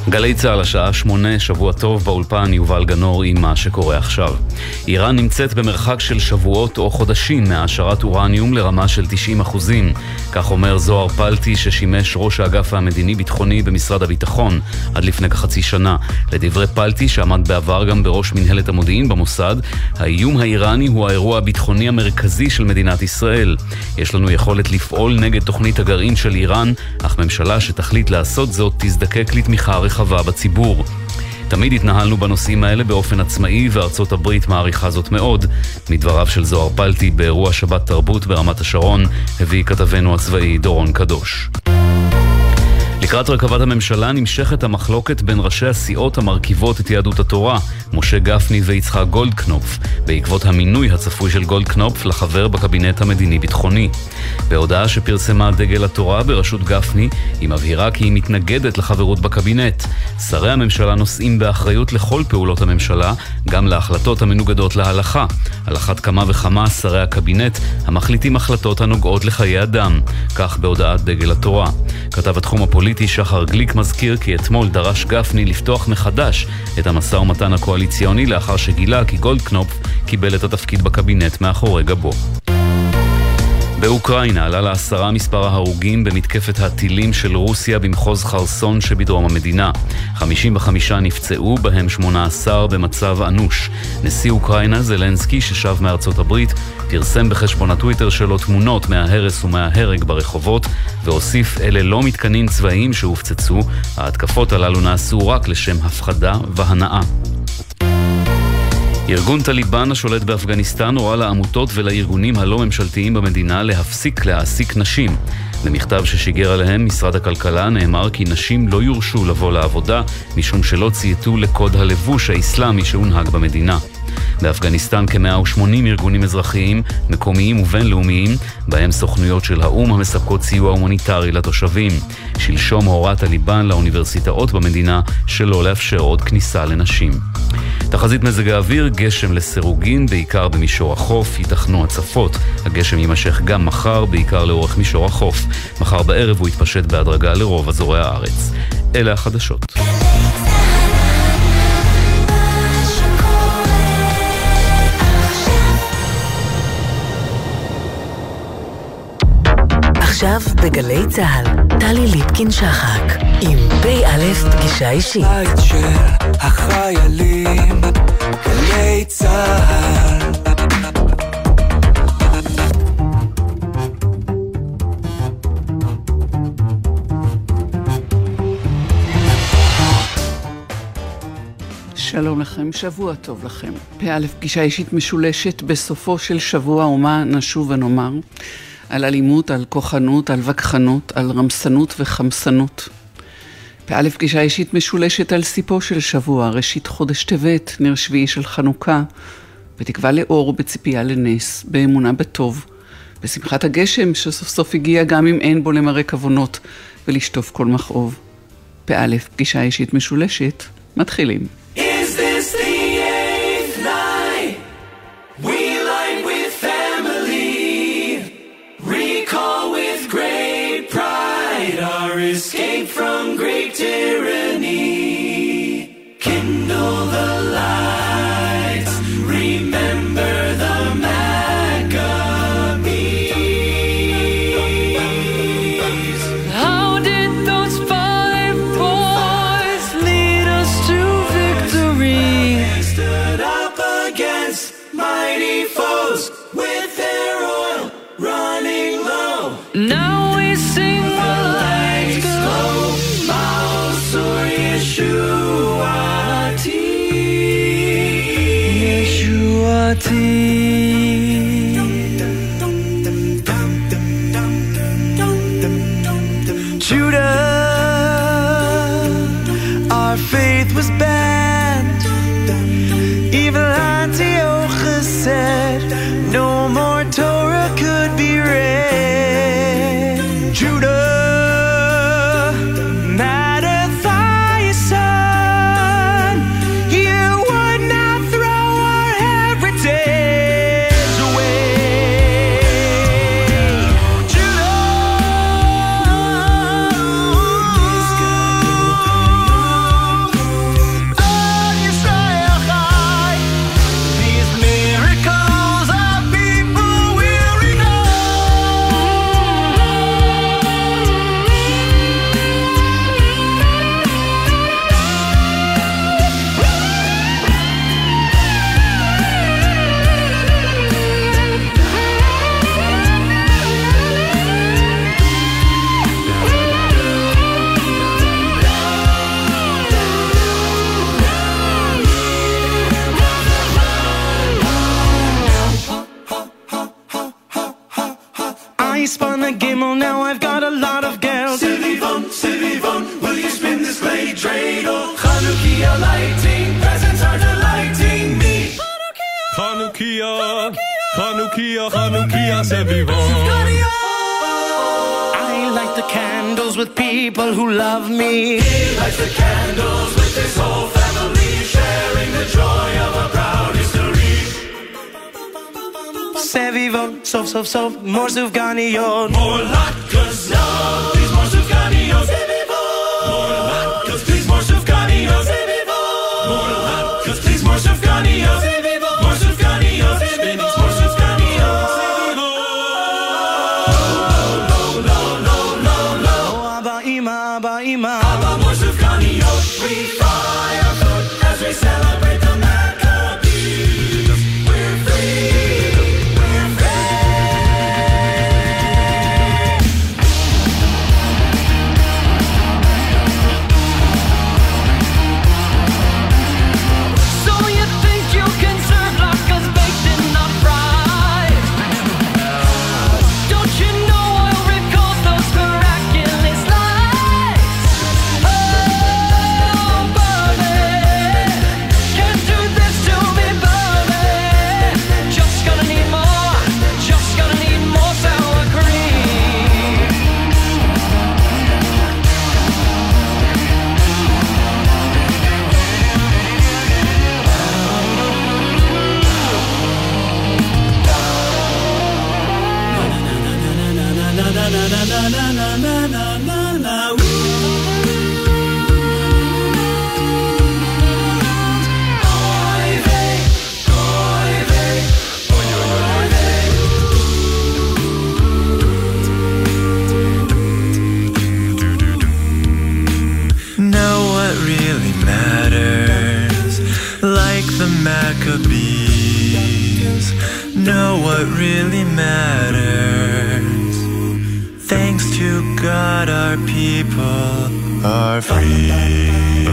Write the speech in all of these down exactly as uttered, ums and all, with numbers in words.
גלי צהל השעה שמונה, שבוע טוב, באולפן יובל גנור עם מה שקורה עכשיו. איראן נמצאת במרחק של שבועות או חודשים מהעשרת אורניום לרמה של תשעים אחוזים. כך אומר זוהר פלטי ששימש ראש האגף המדיני-ביטחוני במשרד הביטחון עד לפני כחצי שנה. לדברי פלטי שעמד בעבר גם בראש מנהלת המודיעין במוסד, האיום האיראני הוא האירוע הביטחוני המרכזי של מדינת ישראל. יש לנו יכולת לפעול נגד תוכנית הגרעין של איראן, אך ממשלה שתחליט לעשות זאת תזדקק לתמיכה רחבה בציבור. תמיד התנהלנו בנושאים האלה באופן עצמאי, וארצות הברית מעריכה זאת מאוד. מדבריו של זוהר פלטי באירוע שבת תרבות ברמת השרון, הביא כתבנו הצבאי דורון קדוש. לקראת רכבת הממשלה נמשכת המחלוקת בין ראשי הסיעות המרכיבות את יהדות התורה, משה גפני ויצחק גולדקנופ, בעקבות המינוי הצפוי של גולדקנופ לחבר בקבינט המדיני-ביטחוני. בהודעה שפרסמה דגל התורה בראשות גפני, היא מבהירה כי היא מתנגדת לחברות בקבינט. שרי הממשלה נושאים באחריות לכל פעולות הממשלה, גם להחלטות המנוגדות להלכה. על אחת כמה וכמה שרי הקבינט המחליטים החלטות הנוגעות לחיי אדם, כך בהודעת דגל התורה. כתב התחום הפוליטי שחר גליק מזכיר כי אתמול דרש גפני לפתוח מחדש את המשא ומתן הקואליציוני לאחר שגילה כי גולדקנופ קיבל את התפקיד בקבינט מאחורי גבו. באוקראינה עלה לעשרה מספר ההרוגים במתקפת הטילים של רוסיה במחוז חרסון שבדרום המדינה. חמישים וחמישה נפצעו, בהם שמונה עשר במצב אנוש. נשיא אוקראינה זלנסקי ששב מארצות הברית פרסם בחשבון הטוויטר שלו תמונות מההרס ומההרג ברחובות, והוסיף אלה לא מתקנים צבאיים שהופצצו, ההתקפות הללו נעשו רק לשם הפחדה והנאה. ארגון טליבן השולט באפגניסטן הורה לעמותות ולארגונים הלא ממשלתיים במדינה להפסיק להעסיק נשים. במכתב ששיגר עליהם משרד הכלכלה נאמר כי נשים לא יורשו לבוא לעבודה משום שלא צייתו לקוד הלבוש האסלאמי שהונהג במדינה. באפגניסטן כ-מאה ושמונים ארגונים אזרחיים, מקומיים ובינלאומיים, בהם סוכנויות של האום המספקות סיוע הומניטרי לתושבים. שלשום הורה טליבן לאוניברסיטאות במדינה שלא לאפשר עוד כניסה לנשים. תחזית מזג האוויר, גשם לסירוגין, בעיקר במישור החוף, ייתכנו הצפות. הגשם יימשך גם מחר, בעיקר לאורך מישור החוף. מחר בערב הוא יתפשט בהדרגה לרוב אזורי הארץ. אלה החדשות. עכשיו בגלי צהל, טלי ליפקין שחק, עם בי א' פגישה אישית. בית של החיילים, גלי צהל. שלום לכם, שבוע טוב לכם. פי א' פגישה אישית משולשת בסופו של שבוע, ומה נשוב ונאמר? על אלימות, על כוחנות, על וכחנות, על רמסנות וחמסנות. פא' פגישה אישית משולשת על סיפו של שבוע, ראשית חודש טבת, נר שביעי של חנוכה, בתקווה לאור, בציפייה לנס, באמונה בטוב, בשמחת הגשם שסוף סוף הגיע גם אם אין בו למראה כוונות ולשטוף כל מכאוב. פא' פגישה אישית משולשת, מתחילים. Is this the eighth night? We light with family. Recall with great pride our escape from great tyranny. Kindle the lights, remember the Maccabees. How did those five boys lead us to victory? They stood up against mighty foes with their oil running low. Now we sing the lights glow. Maosur Yeshuati, Yeshuati. Judah, our faith was banned. Evil Antiochus said no more Torah could be read. Judah, Mattathias' son, you would not throw our heritage. well now I've got a lot of girls. C'est vivant, c'est vivant, will you spin this clay dreidel? Chanukah lighting, presents are delighting me. Chanukah, Chanukah, Chanukah, c'est vivant. I light the candles with people who love me. He lights the candles with his whole family, sharing the joy of a proud history. C'est vivant, sauf, sauf, sauf, more Sufganiyot. More latkes, love, please more Sufganiyot. C'est vivant. More latkes, please more Sufganiyot. C'est vivant. More latkes, please more Sufganiyot. C'est vivant. More Sufganiyot. C'est vivant. More Sufganiyot. C'est vivant. No, no, no, no, no. Oh, Abba Ima, Abba Ima. Abba more Sufganiyot. We fly our foot as we celebrate the Maccabees. We're free. Maccabees know what really matters. Thanks to God, our people are free.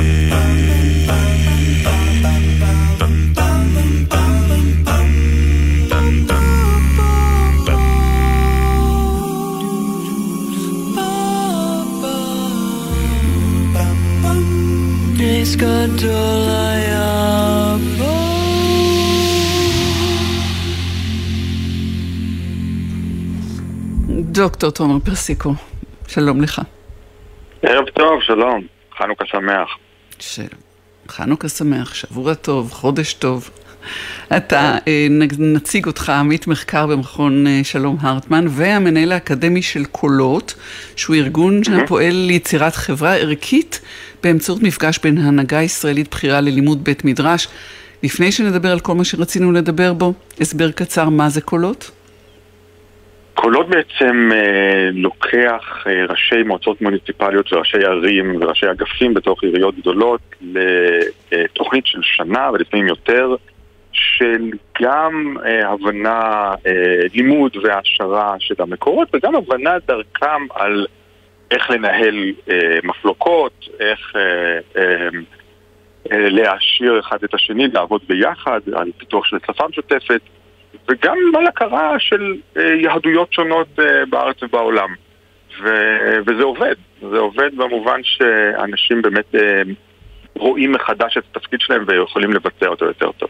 דוקטור תומר פרסיקו, שלום לך. ערב טוב, שלום. חנוכה שמח. שלום. חנוכה שמח, שבוע טוב, חודש טוב. אתה, נציג אותך, עמית מחקר במכון שלום הרטמן, והמנהל האקדמי של קולות, שהוא ארגון שפועל ליצירת חברה ערכית, באמצעות מפגש בין הנהגה ישראלית בחירה ללימוד בית מדרש. לפני שנדבר על כל מה שרצינו לדבר בו, הסבר קצר מה זה קולות? קולות בעצם אה, לוקח אה, ראשי מועצות מוניציפליות וראשי ערים וראשי אגפים בתוך עיריות גדולות לתוכנית של שנה ולפעמים יותר, של גם אה, הבנה, אה, לימוד והעשרה של המקורות, וגם הבנה דרכם על איך לנהל אה, מחלוקות, איך אה, אה, אה, להעשיר אחד את השני, לעבוד ביחד על פיתוח של שפה משותפת, וגם על הכרה של אה, יהדויות שונות אה, בארץ ובעולם. ו- וזה עובד. זה עובד במובן שאנשים באמת אה, רואים מחדש את התפקיד שלהם ויכולים לבצע אותו יותר טוב.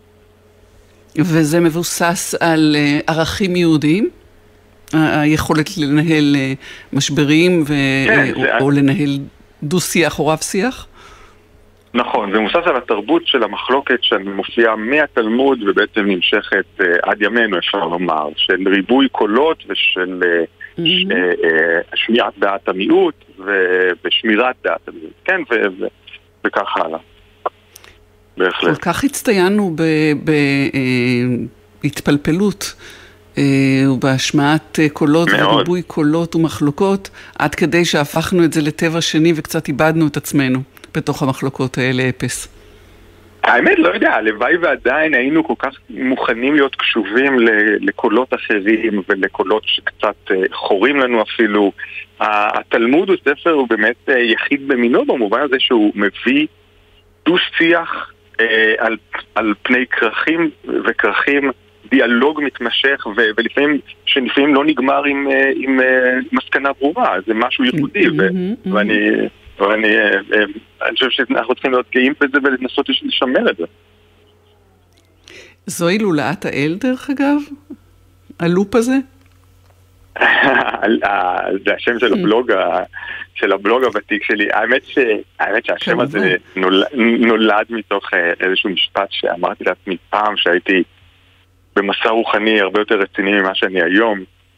וזה מבוסס על ערכים יהודיים? היכולת לנהל משברים ו... כן, או, זה... או לנהל דו-שיח או רב-שיח? נכון, זה מבוסס על התרבות של המחלוקת שמופיעה מהתלמוד ובעצם נמשכת uh, עד ימינו, אפשר לומר, של ריבוי קולות ושל uh, mm-hmm. ש, uh, שמיעת דעת המיעוט ו- ושמירת דעת המיעוט, כן, ו- ו- וכך הלאה. בהחלט. כל כך הצטיינו בהתפלפלות ובהשמעת קולות וריבוי קולות ומחלוקות, עד כדי שהפכנו את זה לטבע שני וקצת איבדנו את עצמנו בתוך המחלוקות האלה אפס. האמת, לא יודע, הלוואי ועדיין היינו כל כך מוכנים להיות קשובים לקולות אחרים ולקולות שקצת חורים לנו אפילו. התלמוד הוא ספר, הוא באמת יחיד במינו במובן הזה שהוא מביא דו-שיח על, על פני כרכים וכרכים, דיאלוג מתמשך ו- ולפעמים שלפעמים לא נגמר עם, עם, עם מסקנה ברורה, זה משהו ייחודי, ו- ואני, ואני אני חושב שאנחנו צריכים להיות גאים בזה ולנסות לשמר את זה. זוהי לולאת האל דרך אגב? הלופ הזה? זה השם של הבלוג, של הבלוג הוותיק שלי. האמת ש, האמת שהשם הזה נולד מתוך איזשהו משפט שאמרתי לעצמי פעם שהייתי במסע רוחני הרבה יותר רציני ממה שאני היום.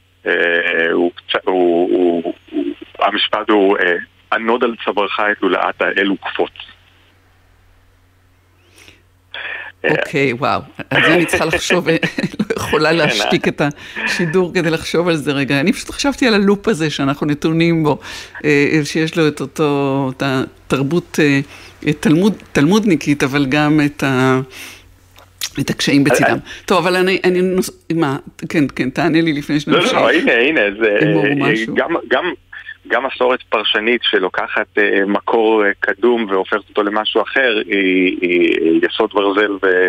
המשפט הוא, ענוד על צווארך את לולאת האל וקפוץ. אוקיי, וואו. אז אני צריכה לחשוב, לא יכולה להשתיק את השידור כדי לחשוב על זה רגע. אני פשוט חשבתי על הלופ הזה שאנחנו נתונים בו, שיש לו את אותו, את התרבות תלמודניקית, אבל גם את ה... את הקשיים בצדם. טוב, אבל אני, אני, מה, כן, כן, תענה לי לפני שנמשיך. לא, לא, הנה, הנה, זה גם, גם, גם מסורת פרשנית שלוקחת מקור קדום והופכת אותו למשהו אחר, היא, היא יסוד ברזל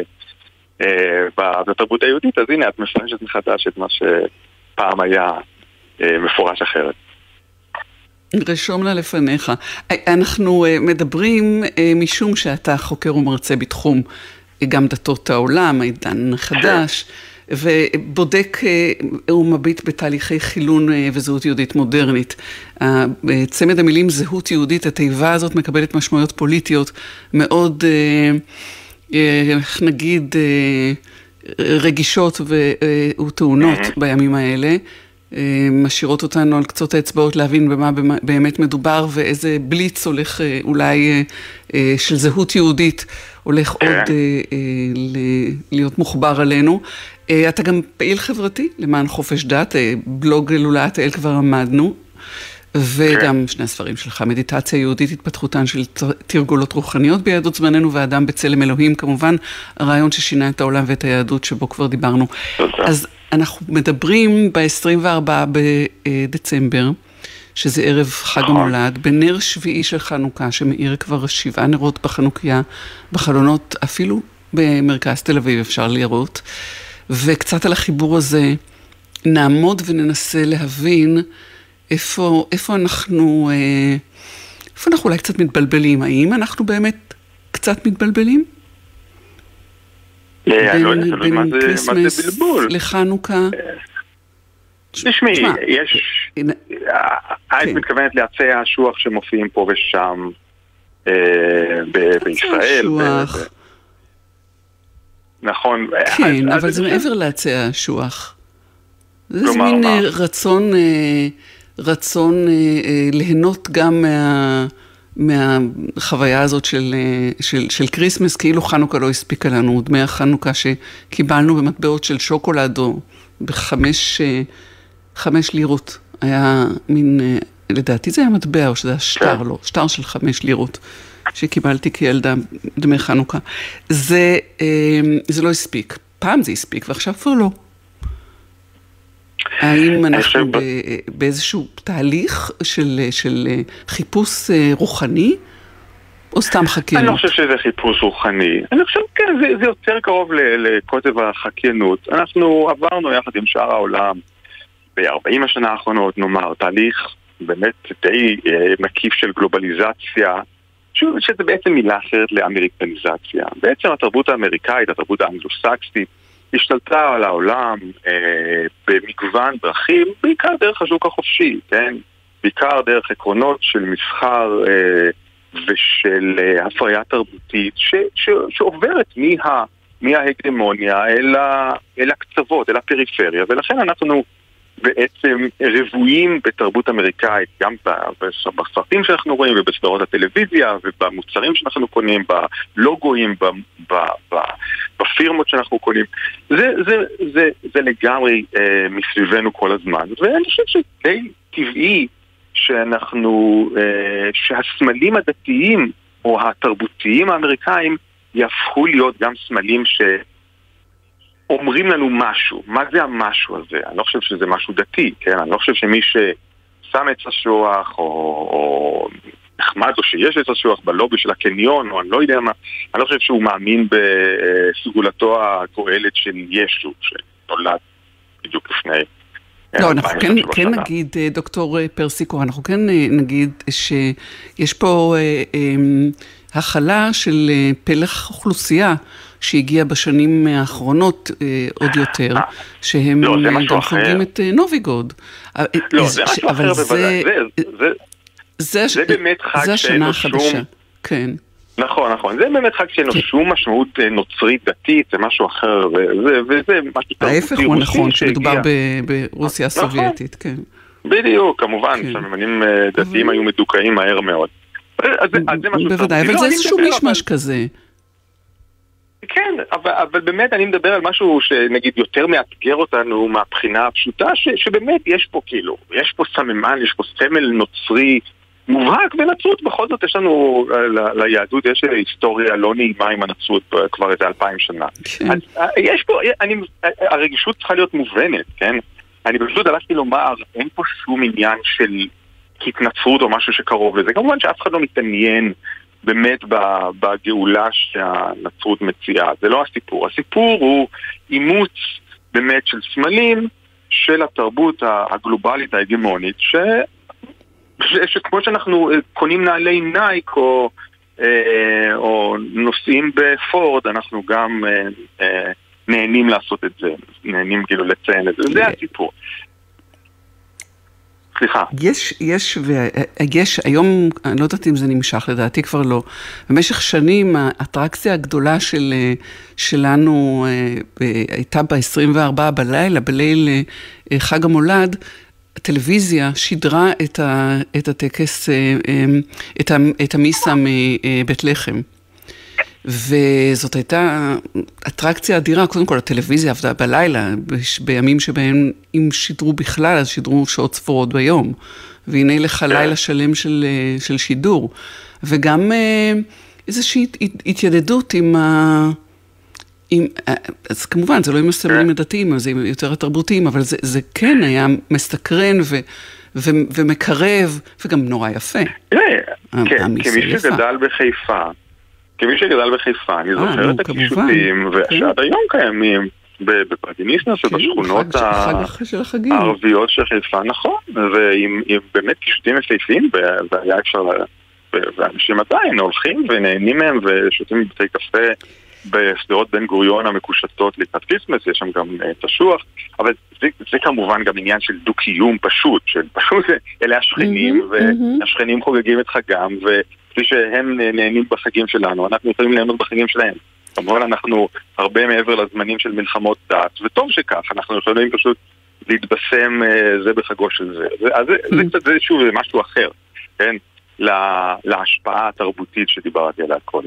בתרבות היהודית, אז הנה, את מפרשת מחדש את מה שפעם היה מפורש אחרת. רשום לה לפניך. אנחנו מדברים משום שאתה חוקר ומרצה בתחום גם דתות העולם, העידן החדש, ובודק ומביט בתהליכי חילון וזהות יהודית מודרנית. צמד המילים זהות יהודית, התיבה הזאת מקבלת משמעויות פוליטיות מאוד, איך נגיד, רגישות וטעונות בימים האלה, משאירות אותנו על קצות האצבעות להבין במה באמת מדובר, ואיזה בליץ הולך אולי של זהות יהודית, הולך עוד להיות מוחבר עלינו. אתה גם פעיל חברתי למען חופש דת, בלוג לולאת האל כבר עמדנו, וגם שני הספרים שלך, מדיטציה יהודית, התפתחותן של תרגולות רוחניות ביהדות זמננו, ואדם בצלם אלוהים, כמובן, הרעיון ששינה את העולם ואת היהדות שבו כבר דיברנו. אז אנחנו מדברים ב-עשרים וארבעה בדצמבר, שזה ערב חג המולד, בנר שביעי של חנוכה, שמאיר כבר שבעה נרות בחנוכיה, בחלונות, אפילו במרכז תל אביב אפשר לראות, וקצת על החיבור הזה נעמוד וננסה להבין איפה, איפה אנחנו, איפה אנחנו אולי קצת מתבלבלים, האם אנחנו באמת קצת מתבלבלים? בין קריסמס לחנוכה? תשמעי, יש, את מתכוונת לעצי השוח שמופיעים פה ושם בישראל. נכון. כן, אבל זה מעבר לעצי השוח. זה מין רצון, רצון ליהנות גם מה... מהחוויה הזאת של, של, של קריסמס, כאילו חנוכה לא הספיקה לנו, דמי החנוכה שקיבלנו במטבעות של שוקולד או בחמש חמש לירות. היה מין, לדעתי זה היה מטבע או שזה היה שטר, לא, שטר של חמש לירות שקיבלתי כילדה דמי חנוכה. זה, זה לא הספיק. פעם זה הספיק ועכשיו כבר לא. האם אנחנו באיזשהו תהליך של, של חיפוש רוחני, או סתם חקיינות? אני לא חושב שזה חיפוש רוחני. אני חושב, כן, זה, זה יותר קרוב לקוטב החקיינות. אנחנו עברנו יחד עם שאר העולם, ב-ארבעים השנה האחרונות, נאמר, תהליך באמת די מקיף של גלובליזציה, שזה בעצם מילה אחרת לאמריקניזציה. בעצם התרבות האמריקאית, התרבות האנגלוסקסית, השתלטה על העולם אה, במגוון דרכים, בעיקר דרך השוק החופשי, כן? בעיקר דרך עקרונות של מסחר אה, ושל אה, הפריה תרבותית ש, ש, שעוברת מה, מההגמוניה אל, ה, אל הקצוות, אל הפריפריה, ולכן אנחנו בעצם רבויים בתרבות אמריקאית, גם בסרטים שאנחנו רואים ובסדרות הטלוויזיה ובמוצרים שאנחנו קונים, בלוגויים, בפירמות שאנחנו קונים. זה, זה, זה, זה לגמרי אה, מסביבנו כל הזמן. ואני חושב שדי טבעי שאנחנו, אה, שהסמלים הדתיים או התרבותיים האמריקאים יהפכו להיות גם סמלים ש... אומרים לנו משהו. מה זה המשהו הזה? אני לא חושב שזה משהו דתי, כן? אני לא חושב שמי ששם את השוח, או, או נחמד לו שיש את השוח בלובי של הקניון, או אני לא יודע מה, אני לא חושב שהוא מאמין בסגולתו הגואלת של ישו, שנולד בדיוק לפני לא, אנחנו כן, כן נגיד, דוקטור פרסיקו, אנחנו כן נגיד שיש פה החלה של פלח אוכלוסייה שהגיע בשנים האחרונות עוד יותר, שהם גם חוגגים את נוביגוד. לא, זה משהו אחר בוודאי. זה באמת חג שאין לו שום... כן. נכון, נכון. זה באמת חג שאין לו שום משמעות נוצרית דתית, זה משהו אחר, וזה משהו... ההפך הוא נכון, שמדובר ברוסיה הסובייטית, כן. בדיוק, כמובן, שהממנים דתיים היו מדוכאים מהר מאוד. בוודאי, אבל זה איזשהו משמש כזה. כן, אבל, אבל באמת אני מדבר על משהו שנגיד יותר מאתגר אותנו מהבחינה הפשוטה, ש, שבאמת יש פה כאילו, יש פה סממן, יש פה סמל נוצרי מובהק בנצרות, בכל זאת יש לנו, ל, ליהדות יש היסטוריה לא נעימה עם הנצרות כבר איזה אלפיים שנה. כן. אז יש פה, אני, הרגישות צריכה להיות מובנת, כן? אני פשוט הלכתי לומר, אין פה שום עניין של התנצרות או משהו שקרוב לזה. כמובן שאף אחד לא מתעניין באמת בגאולה שהנצרות מציעה. זה לא הסיפור. הסיפור הוא אימוץ באמת של סמלים של התרבות הגלובלית ההגמונית, ש... שכמו שאנחנו קונים נעלי נייק או, או נוסעים בפורד, אנחנו גם נהנים לעשות את זה. נהנים כאילו לציין את זה. זה הסיפור. סליחה. יש, יש, ויש, היום, אני לא יודעת אם זה נמשך, לדעתי כבר לא. במשך שנים, האטרקציה הגדולה של, שלנו הייתה ב-עשרים וארבעה בלילה, בליל חג המולד, הטלוויזיה שידרה את, ה, את הטקס, את, ה, את המיסה מבית לחם. וזאת הייתה אטרקציה אדירה, קודם כל הטלוויזיה עבדה בלילה, בימים שבהם אם שידרו בכלל, אז שידרו שעות ספורות ביום, והנה לך לילה שלם של, של שידור, וגם איזושהי התיידדות עם ה... עם, אז כמובן, זה לא עם הסמלים הדתיים, זה יותר התרבותיים, אבל זה, זה כן היה מסתקרן ו, ו, ומקרב, וגם נורא יפה. כן, כמי שגדל בחיפה, כמי שגדל בחיפה, אני זוכר את הקישוטים, שעד היום קיימים בפרדיניסנס ובשכונות הערביות של חיפה, נכון, ועם באמת קישוטים יפהפיים, והיה אפשר, ואנשים עדיין הולכים ונהנים מהם ושותים בבתי קפה בסדרות בן גוריון המקושטות לקראת כריסמס, יש שם גם תשוח, אבל זה, זה כמובן גם עניין של דו-קיום פשוט, של פשוט אלה השכנים, והשכנים חוגגים את חגם, וכפי שהם נהנים בחגים שלנו, אנחנו יכולים ליהנות בחגים שלהם. כמובן אנחנו הרבה מעבר לזמנים של מלחמות דת, וטוב שכך, אנחנו יכולים פשוט להתבשם זה בחגו של זה. אז זה, זה קצת, זה שוב, זה משהו אחר, כן? לה, להשפעה התרבותית שדיברתי עליה קודם.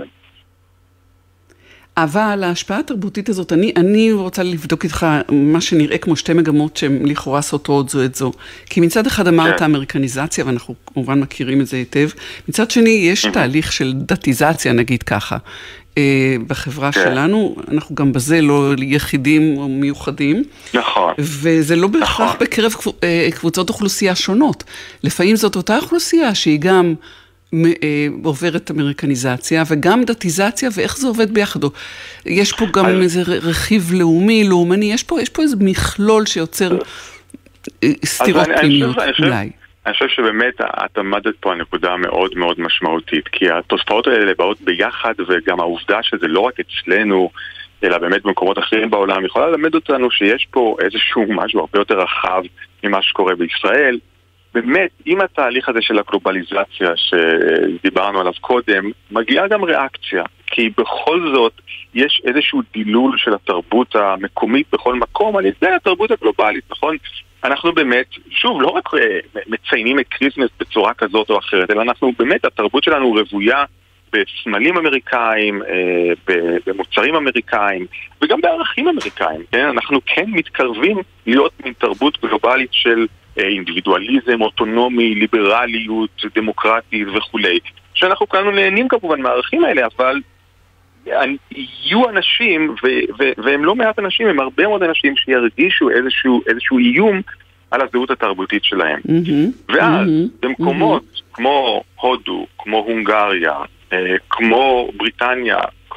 אבל ההשפעה התרבותית הזאת, אני, אני רוצה לבדוק איתך מה שנראה כמו שתי מגמות שהן לכאורה סותרות זו את זו. כי מצד אחד אמרת אמריקניזציה, ואנחנו כמובן מכירים את זה היטב. מצד שני, יש תהליך של דתיזציה, נגיד ככה. בחברה שלנו, אנחנו גם בזה לא יחידים או מיוחדים. נכון. וזה לא בהכרח בקרב קבוצות אוכלוסייה שונות. לפעמים זאת אותה אוכלוסייה שהיא גם עוברת אמריקניזציה וגם דתיזציה, ואיך זה עובד ביחד. יש פה גם איזה רכיב לאומי, לאומני, יש פה, יש פה איזה מכלול שיוצר סתירות פנימיות, אולי. אני חושב שבאמת את עמדת פה הנקודה מאוד מאוד משמעותית, כי התוספות האלה באות ביחד, וגם העובדה שזה לא רק אצלנו, אלא באמת במקומות אחרים בעולם, יכולה ללמד אותנו שיש פה איזשהו משהו הרבה יותר רחב ממה שקורה בישראל. באמת, עם התהליך הזה של הגלובליזציה שדיברנו עליו קודם, מגיעה גם ריאקציה, כי בכל זאת יש איזשהו דילול של התרבות המקומית בכל מקום על ידי התרבות הגלובלית, נכון? אנחנו באמת, שוב, לא רק מציינים את קריסמס בצורה כזאת או אחרת, אלא אנחנו באמת, התרבות שלנו רבויה בסמלים אמריקאים, במוצרים אמריקאים, וגם בערכים אמריקאים, כן? אנחנו כן מתקרבים להיות מין תרבות גלובלית של אינדיבידואליזם, אוטונומי, ליברליות, דמוקרטי וכו'. שאנחנו כולנו נהנים כמובן מהערכים האלה, אבל יהיו אנשים, ו- ו- והם לא מעט אנשים, הם הרבה מאוד אנשים שירגישו איזשהו, איזשהו איום על הזהות התרבותית שלהם. Mm-hmm. ואז mm-hmm. במקומות mm-hmm. כמו הודו, כמו הונגריה, כמו בריטניה,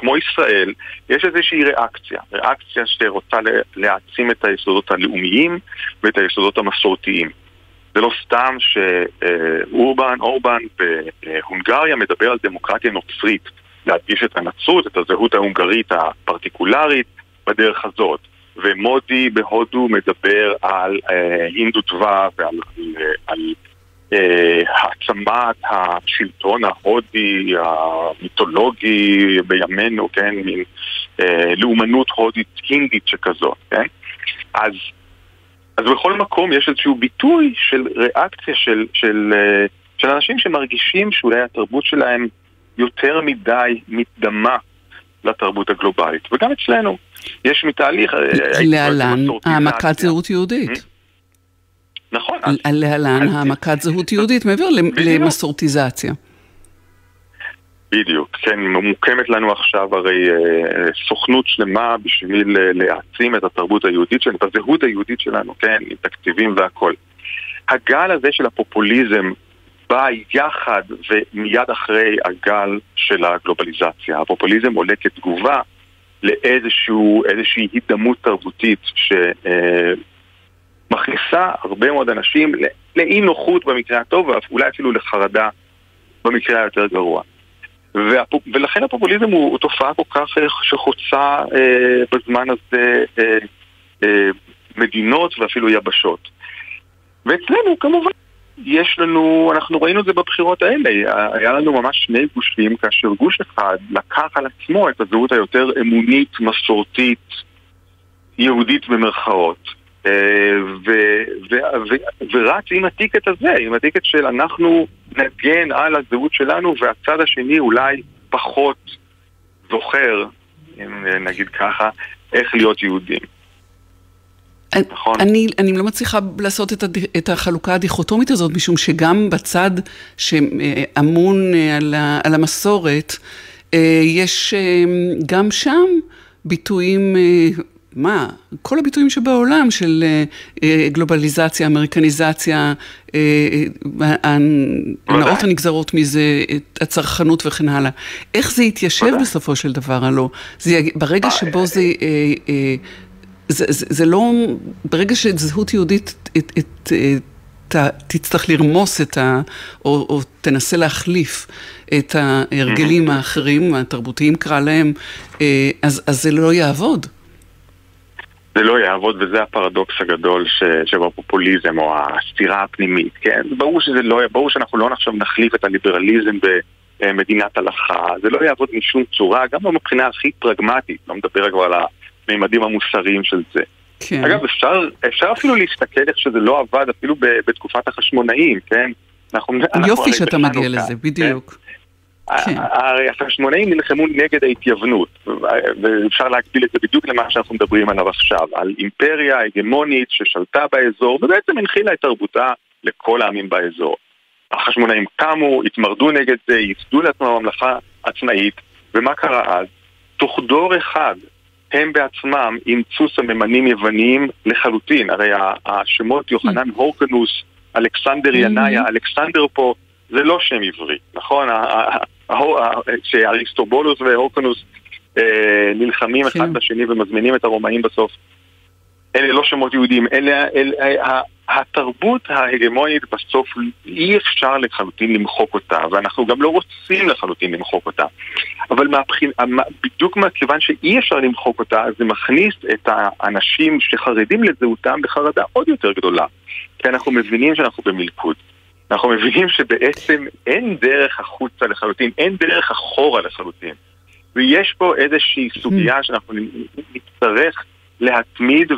כמו ישראל, יש איזושהי ריאקציה, ריאקציה שרוצה להעצים את היסודות הלאומיים ואת היסודות המסורתיים. זה לא סתם שאורבן, אורבן בהונגריה מדבר על דמוקרטיה נוצרית, להדגיש את הנצרות, את הזהות ההונגרית הפרטיקולרית בדרך הזאת. ומודי בהודו מדבר על הינדוטווה ועל על, על העצמת השלטון ההודי, המיתולוגי בימינו, כן, מין לאומנות הודית הינדית שכזאת, כן? אז, אז בכל מקום יש איזשהו ביטוי של ריאקציה של, של, של אנשים שמרגישים שאולי התרבות שלהם יותר מדי מתדמה לתרבות הגלובלית. וגם אצלנו יש מתהליך להלן העמקת זהות יהודית. נכון. להלן העמקת זהות יהודית מעבר למסורתיזציה. בדיוק, כן, מוקמת לנו עכשיו הרי סוכנות שלמה בשביל להעצים את התרבות היהודית שלנו, את הזהות היהודית שלנו, כן, עם תקציבים והכל. הגל הזה של הפופוליזם בא יחד ומיד אחרי הגל של הגלובליזציה. הפופוליזם עולה כתגובה לאיזשהו, איזושהי הידמות תרבותית שמכניסה הרבה מאוד אנשים לאי נוחות במקרה הטוב, ואולי אפילו לחרדה במקרה היותר גרוע. והפופ... ולכן הפופוליזם הוא, הוא תופעה כל כך שחוצה אה, בזמן הזה אה, אה, מדינות ואפילו יבשות. ואצלנו כמובן יש לנו, אנחנו ראינו את זה בבחירות האלה, היה לנו ממש שני גושים, כאשר גוש אחד לקח על עצמו את הזהות היותר אמונית, מסורתית, יהודית במרכאות, ו- ו- ו- ורץ עם הטיקט הזה, עם הטיקט של אנחנו נגן על הזהות שלנו, והצד השני אולי פחות זוכר, אם נגיד ככה, איך להיות יהודים. נכון. אני, אני לא מצליחה לעשות את, הד... את החלוקה הדיכוטומית הזאת, משום שגם בצד שאמון על, ה... על המסורת, יש גם שם ביטויים, מה? כל הביטויים שבעולם של גלובליזציה, אמריקניזציה, הנאות הנגזרות מזה, הצרכנות וכן הלאה. איך זה יתיישב בסופו של דבר, הלא? זה, ברגע שבו זה... זה, זה, זה לא, ברגע שזהות יהודית את, את, את, תצטרך לרמוס את ה, או, או תנסה להחליף את ההרגלים האחרים, התרבותיים קרא להם, אז, אז זה לא יעבוד. זה לא יעבוד, וזה הפרדוקס הגדול ש, שבפופוליזם או הסתירה הפנימית, כן? ברור שזה לא, ברור שאנחנו לא עכשיו נחליף את הליברליזם במדינת הלכה, זה לא יעבוד משום צורה, גם מבחינה הכי פרגמטית, לא מדבר כבר על ה... מימדים המוסריים של זה. כן. אגב, אפשר, אפשר אפילו להסתכל איך שזה לא עבד אפילו בתקופת החשמונאים, כן? אנחנו, יופי שאתה מגיע לזה, בדיוק. כן? הרי החשמונאים נלחמו נגד ההתייוונות, ואפשר להקביל את זה בדיוק למה שאנחנו מדברים עליו עכשיו, על אימפריה הגמונית ששלטה באזור, ובעצם הנחילה את תרבותה לכל העמים באזור. החשמונאים קמו, התמרדו נגד זה, ייסדו לעצמם ממלכה עצמאית, ומה קרה אז? תוך דור אחד, הם בעצמם אימצו סממנים יווניים לחלוטין. הרי השמות יוחנן הורקנוס, אלכסנדר ינאיה, אלכסנדר פה, זה לא שם עברי, נכון? שאריסטובולוס והורקנוס נלחמים אחד בשני ומזמינים את הרומאים בסוף. אלה לא שמות יהודים, אלה, אלה, התרבות ההגמונית בסוף אי אפשר לחלוטין למחוק אותה, ואנחנו גם לא רוצים לחלוטין למחוק אותה. אבל מהבחין, בדיוק מהכיוון שאי אפשר למחוק אותה, זה מכניס את האנשים שחרדים לזהותם בחרדה עוד יותר גדולה. כי אנחנו מבינים שאנחנו במלכוד. אנחנו מבינים שבעצם אין דרך החוצה לחלוטין, אין דרך אחורה לחלוטין. ויש פה איזושהי סוגיה שאנחנו נצטרך להתמיד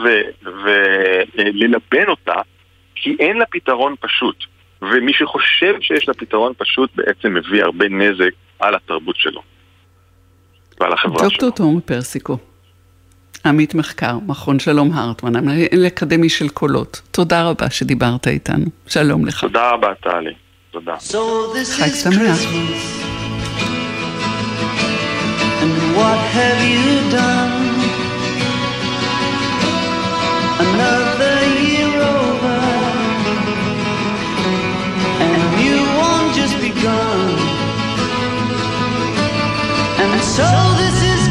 וללבן אותה, כי אין לה פתרון פשוט. ומי שחושב שיש לה פתרון פשוט בעצם מביא הרבה נזק על התרבות שלו ועל החברה שלו. דוקטור תומר פרסיקו, עמית מחקר, מכון שלום הרטמן, המנהל האקדמי של קולות. תודה רבה שדיברת איתנו. שלום לך. תודה רבה, טלי. תודה. חג שמח. And what have you done? Another year over, and a new one just begun. And so this is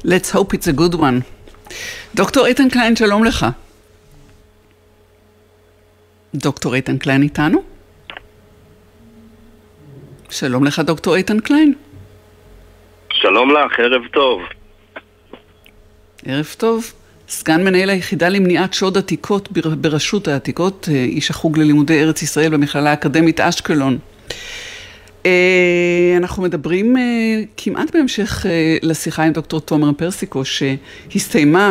Let's hope it's a good one. דוקטור איתן קליין, שלום לך. דוקטור איתן קליין איתנו? שלום לך, דוקטור איתן קליין. שלום לך, ערב טוב. ערב טוב. סגן מנהל היחידה למניעת שוד עתיקות ברשות העתיקות, איש החוג ללימודי ארץ ישראל במכללה האקדמית אשקלון. אנחנו מדברים כמעט בהמשך לשיחה עם דוקטור תומר פרסיקו, שהסתיימה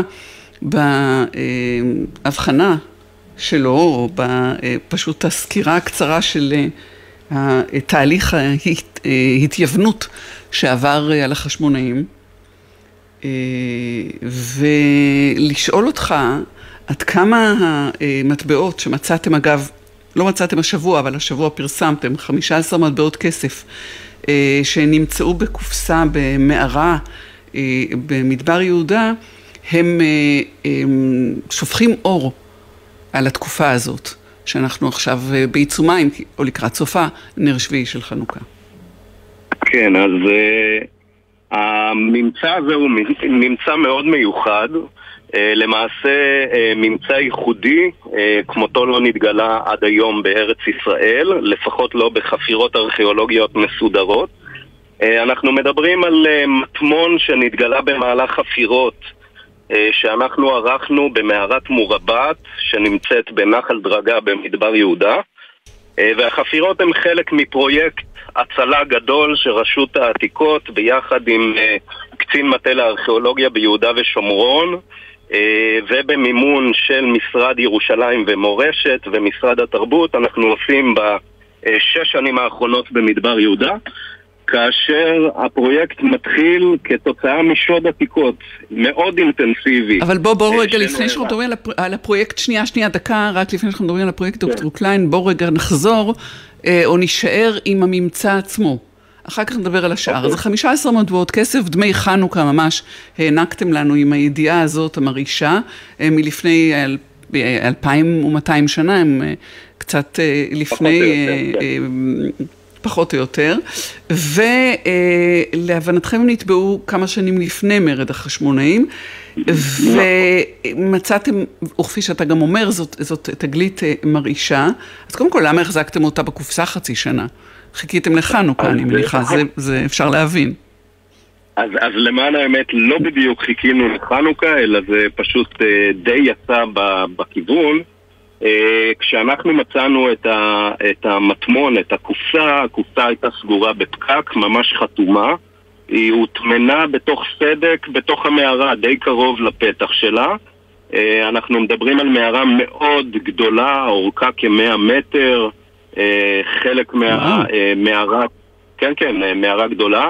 בהבחנה שלו, או פשוט הסקירה הקצרה של תהליך ההתייוונות שעבר על החשמונאים, ולשאול אותך עד כמה המטבעות שמצאתם, אגב, לא מצאתם השבוע, אבל השבוע פרסמתם חמישה עשר מטבעות כסף שנמצאו בקופסה במערה במדבר יהודה, הם שופכים אור על התקופה הזאת שאנחנו עכשיו בעיצומה, או לקראת סופה, נר שביעי של חנוכה. כן, אז הממצא הזה הוא ממצא מאוד מיוחד, למעשה ממצא ייחודי, כמותו לא נתגלה עד היום בארץ ישראל, לפחות לא בחפירות ארכיאולוגיות מסודרות. אנחנו מדברים על מטמון שנתגלה במהלך חפירות שאנחנו ערכנו במערת מורבת שנמצאת בנחל דרגה במדבר יהודה, והחפירות הן חלק מפרויקט הצלה גדול של רשות העתיקות ביחד עם קצין מטה לארכיאולוגיה ביהודה ושומרון, ובמימון של משרד ירושלים ומורשת ומשרד התרבות. אנחנו עושים בשש שנים האחרונות במדבר יהודה, כאשר הפרויקט מתחיל כתוצאה משוד עתיקות מאוד אינטנסיבי. אבל בוא, בוא רגע, לפני שאנחנו מדברים על הפרויקט, שנייה, שנייה, דקה, רק לפני שאנחנו מדברים על הפרויקט, דוקטור קליין, בוא רגע נחזור, או נשאר עם הממצא עצמו. אחר כך נדבר על השאר. אז חמישה עשר מטבעות כסף, דמי חנוכה ממש, הענקתם לנו עם הידיעה הזאת המרעישה, מלפני אלפיים ומאתיים שנה, הם קצת לפני... פחות או יותר, ולהבנתכם הם נתבעו כמה שנים לפני מרד החשמונאים, ומצאתם, וכפי שאתה גם אומר, זאת, זאת תגלית מרעישה, אז קודם כל, למה החזקתם אותה בקופסה חצי שנה? חיכיתם לחנוכה, אני מניחה, זה, זה אפשר להבין. אז, אז למען האמת, לא בדיוק חיכינו לחנוכה, אלא זה פשוט די יצא בכיוון, כשאנחנו מצאנו את, ה, את המטמון, את הקופסה, הקופסה הייתה סגורה בפקק, ממש חתומה, היא הוטמנה בתוך סדק, בתוך המערה, די קרוב לפתח שלה. אנחנו מדברים על מערה מאוד גדולה, אורכה כמאה מטר, חלק מהמערה, כן כן, מערה גדולה,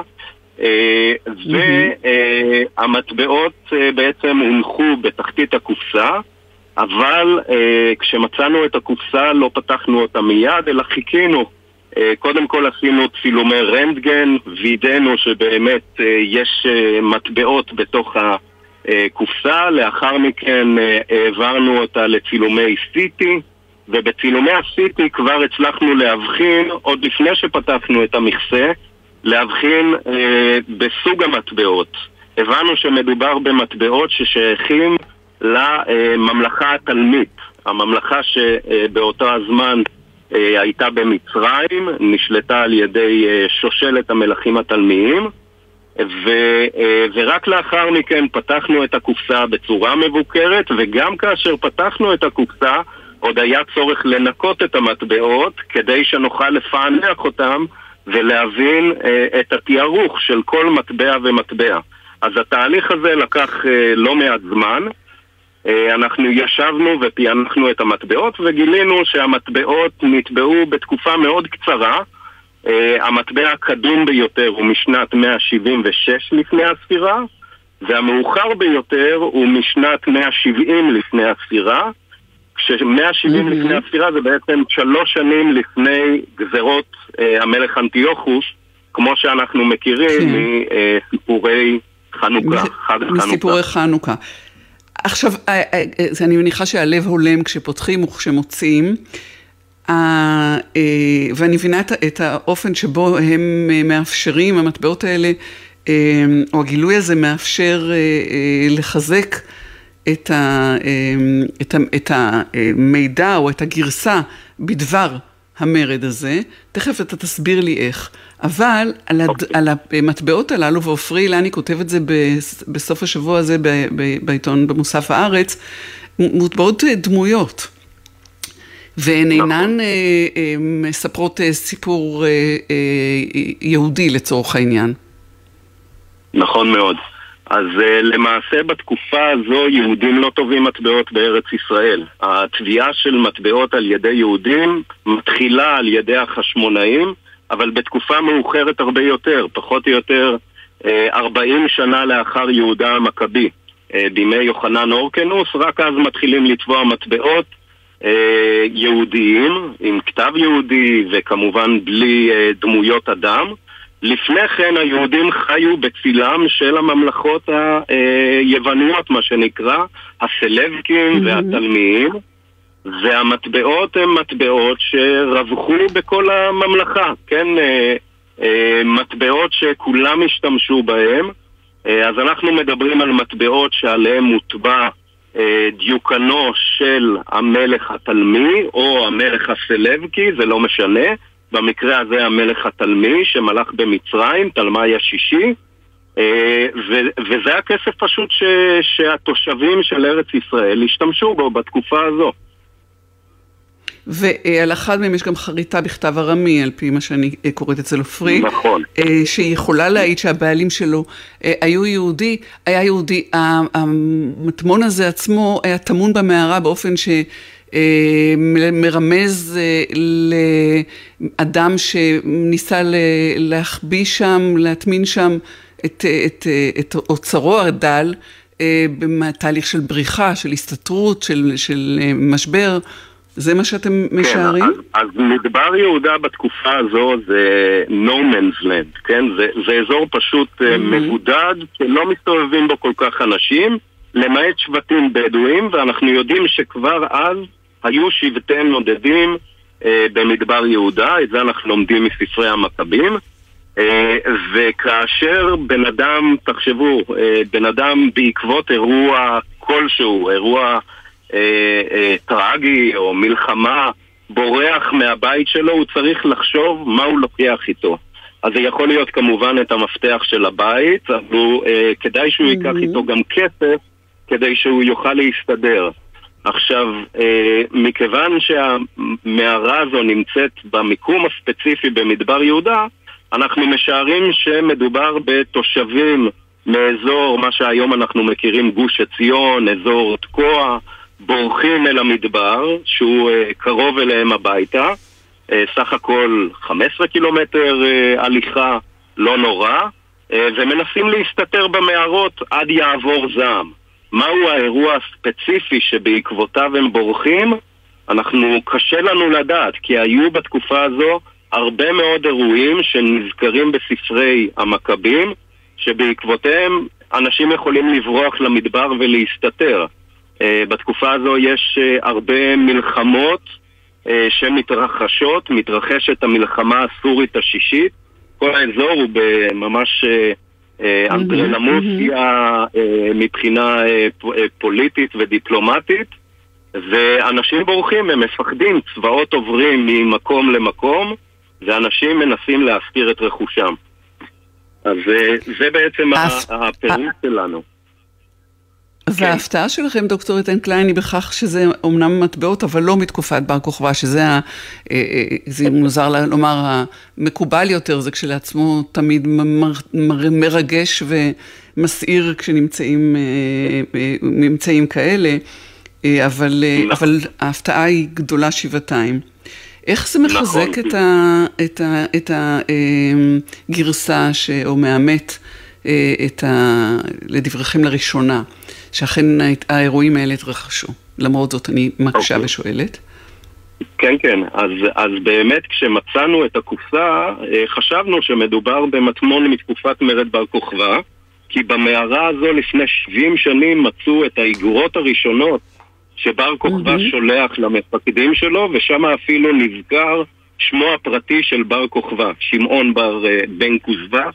והמטבעות בעצם הונחו בתחתית הקופסה, אבל אה, כשמצאנו את הקופסה לא פתחנו אותה מיד, אלא חיכינו. אה, קודם כל עשינו צילומי רנטגן, וידאנו שבאמת אה, יש אה, מטבעות בתוך הקופסה, לאחר מכן אה, העברנו אותה לצילומי סיטי, ובצילומי הסיטי כבר הצלחנו להבחין, עוד לפני שפתחנו את המכסה, להבחין אה, בסוג המטבעות. הבנו שמדובר במטבעות ששייכים לממלכה התלמית, הממלכה שבאותו הזמן הייתה במצרים, נשלטה על ידי שושלת המלכים התלמיים, ו, ורק לאחר מכן פתחנו את הקופסה בצורה מבוקרת, וגם כאשר פתחנו את הקופסה עוד היה צורך לנקות את המטבעות כדי שנוכל לפענח אותם ולהבין את התיארוך של כל מטבע ומטבע. אז התהליך הזה לקח לא מעט זמן. אנחנו ישבנו ופענחנו את המטבעות וגילינו שהמטבעות נטבעו בתקופה מאוד קצרה. המטבע הקדום ביותר הוא משנת מאה שבעים ושש לפני הספירה, והמאוחר ביותר הוא משנת מאה שבעים לפני הספירה, כש-מאה שבעים לפני הספירה זה בעצם שלוש שנים לפני גזרות המלך אנטיוכוס, כמו שאנחנו מכירים מסיפורי חנוכה, חג חנוכה. מסיפורי חנוכה. עכשיו, אני מניחה שהלב הולם כשפותחים וכשמוצאים, ואני מבינה את האופן שבו הם מאפשרים, המטבעות האלה, או הגילוי הזה מאפשר לחזק את, ה, את, ה, את המידע או את הגרסה בדבר המרד הזה. תכף אתה תסביר לי איך. אבל על, הד, okay. על המטבעות הללו, ועופרי אילני כותב את זה בסוף השבוע הזה ב, ב, בעיתון במוסף הארץ, מוטבעות דמויות. והן אינן אה, אה, מספרות אה, סיפור אה, אה, יהודי לצורך העניין. נכון מאוד. אז אה, למעשה בתקופה הזו יהודים לא טובים מטבעות בארץ ישראל. התביעה של מטבעות על ידי יהודים מתחילה על ידי החשמונאים, אבל בתקופה מאוחרת הרבה יותר, פחות או יותר אה, ארבעים שנה לאחר יהודה המכבי. אה, בימי יוחנן אורקנוס, רק אז מתחילים לתבוע מטבעות יהודיים, עם כתב יהודי וכמובן בלי דמויות אדם. לפני כן היהודים חיו בצילם של הממלכות היווניות, מה שנקרא, הסלבקים mm-hmm. והתלמיים, והמטבעות הן מטבעות שרווחו בכל הממלכה, כן? מטבעות שכולם השתמשו בהם. אז אנחנו מדברים על מטבעות שעליהם מוטבע דיוקנו של המלך התלמי או המלך הסלבקי, זה לא משנה. במקרה הזה המלך התלמי שמלך במצרים, תלמי השישי, וזה הכסף פשוט ש, שהתושבים של ארץ ישראל השתמשו בו בתקופה הזו. ועל אחד מהם יש גם חריטה בכתב ארמי, על פי מה שאני קוראת אצל עופרי. נכון. שהיא יכולה להעיד שהבעלים שלו היו יהודי, היה יהודי. המטמון הזה עצמו היה תמון במערה באופן שמרמז לאדם שניסה להחביא שם, להטמין שם את, את, את אוצרו הדל, בתהליך של בריחה, של הסתתרות, של, של משבר. זה מה שאתם משערים? כן, אז, אז מדבר יהודה בתקופה הזו זה no man's land, כן? זה, זה אזור פשוט mm-hmm. מבודד, שלא מסתובבים בו כל כך אנשים, למעט שבטים בדואים, ואנחנו יודעים שכבר אז היו שבטי נודדים אה, במדבר יהודה, את זה אנחנו לומדים מספרי המכבים, אה, וכאשר בן אדם, תחשבו, אה, בן אדם בעקבות אירוע כלשהו, אירוע אה, אה, טרגי או מלחמה, בורח מהבית שלו, הוא צריך לחשוב מה הוא לוקח איתו. אז זה יכול להיות כמובן את המפתח של הבית, אבל אה, כדאי שהוא ייקח איתו גם כסף, כדי שהוא יוכל להסתדר. עכשיו, אה, מכיוון שהמערה הזו נמצאת במיקום הספציפי במדבר יהודה, אנחנו משערים שמדובר בתושבים מאזור, מה שהיום אנחנו מכירים גוש עציון, אזור תקוע, בורחים אל המדבר, שהוא אה, קרוב אליהם הביתה, אה, סך הכל חמישה עשר קילומטר אה, הליכה, לא נורא, אה, ומנסים להסתתר במערות עד יעבור זעם. מהו האירוע הספציפי שבעקבותיו הם בורחים? אנחנו, קשה לנו לדעת, כי היו בתקופה הזו הרבה מאוד אירועים שנזכרים בספרי המכבים, שבעקבותיהם אנשים יכולים לברוח למדבר ולהסתתר. Uh, בתקופה הזו יש uh, הרבה מלחמות uh, שמתרחשות, מתרחשת המלחמה הסורית השישית, כל האזור הוא בממש uh, uh, אנדרלמוסיה uh, מבחינה uh, פוליטית ודיפלומטית, ואנשים בורחים, הם מפחדים, צבאות עוברים ממקום למקום, ואנשים מנסים להסתיר את רכושם. אז uh, זה בעצם הפירוט שלנו. וההפתעה שלכם, דוקטור איתן קליין, היא בכך שזה אומנם מטבעות, אבל לא מתקופת בר כוכבא, שזה, זה מוזר לומר, המקובל יותר, זה כשלעצמו תמיד מרגש ומסעיר כשנמצאים ממצאים כאלה, אבל, אבל ההפתעה היא גדולה שבעתיים. איך זה מחזק את ה, את ה, את הגרסה או מאמת את ה, לדבריכם לראשונה, שאכן האירועים האלה התרחשו? למרות זאת אני מקשה okay. ושואלת. כן, כן. אז, אז באמת כשמצאנו את הקופסה, חשבנו שמדובר במטמון מתקופת מרד בר כוכבא, כי במערה הזו לפני שבעים שנים מצאו את האיגרות הראשונות שבר כוכבא mm-hmm. שולח למפקדים שלו, ושם אפילו נזכר שמו הפרטי של בר כוכבא, שמעון בר בן כוזבא.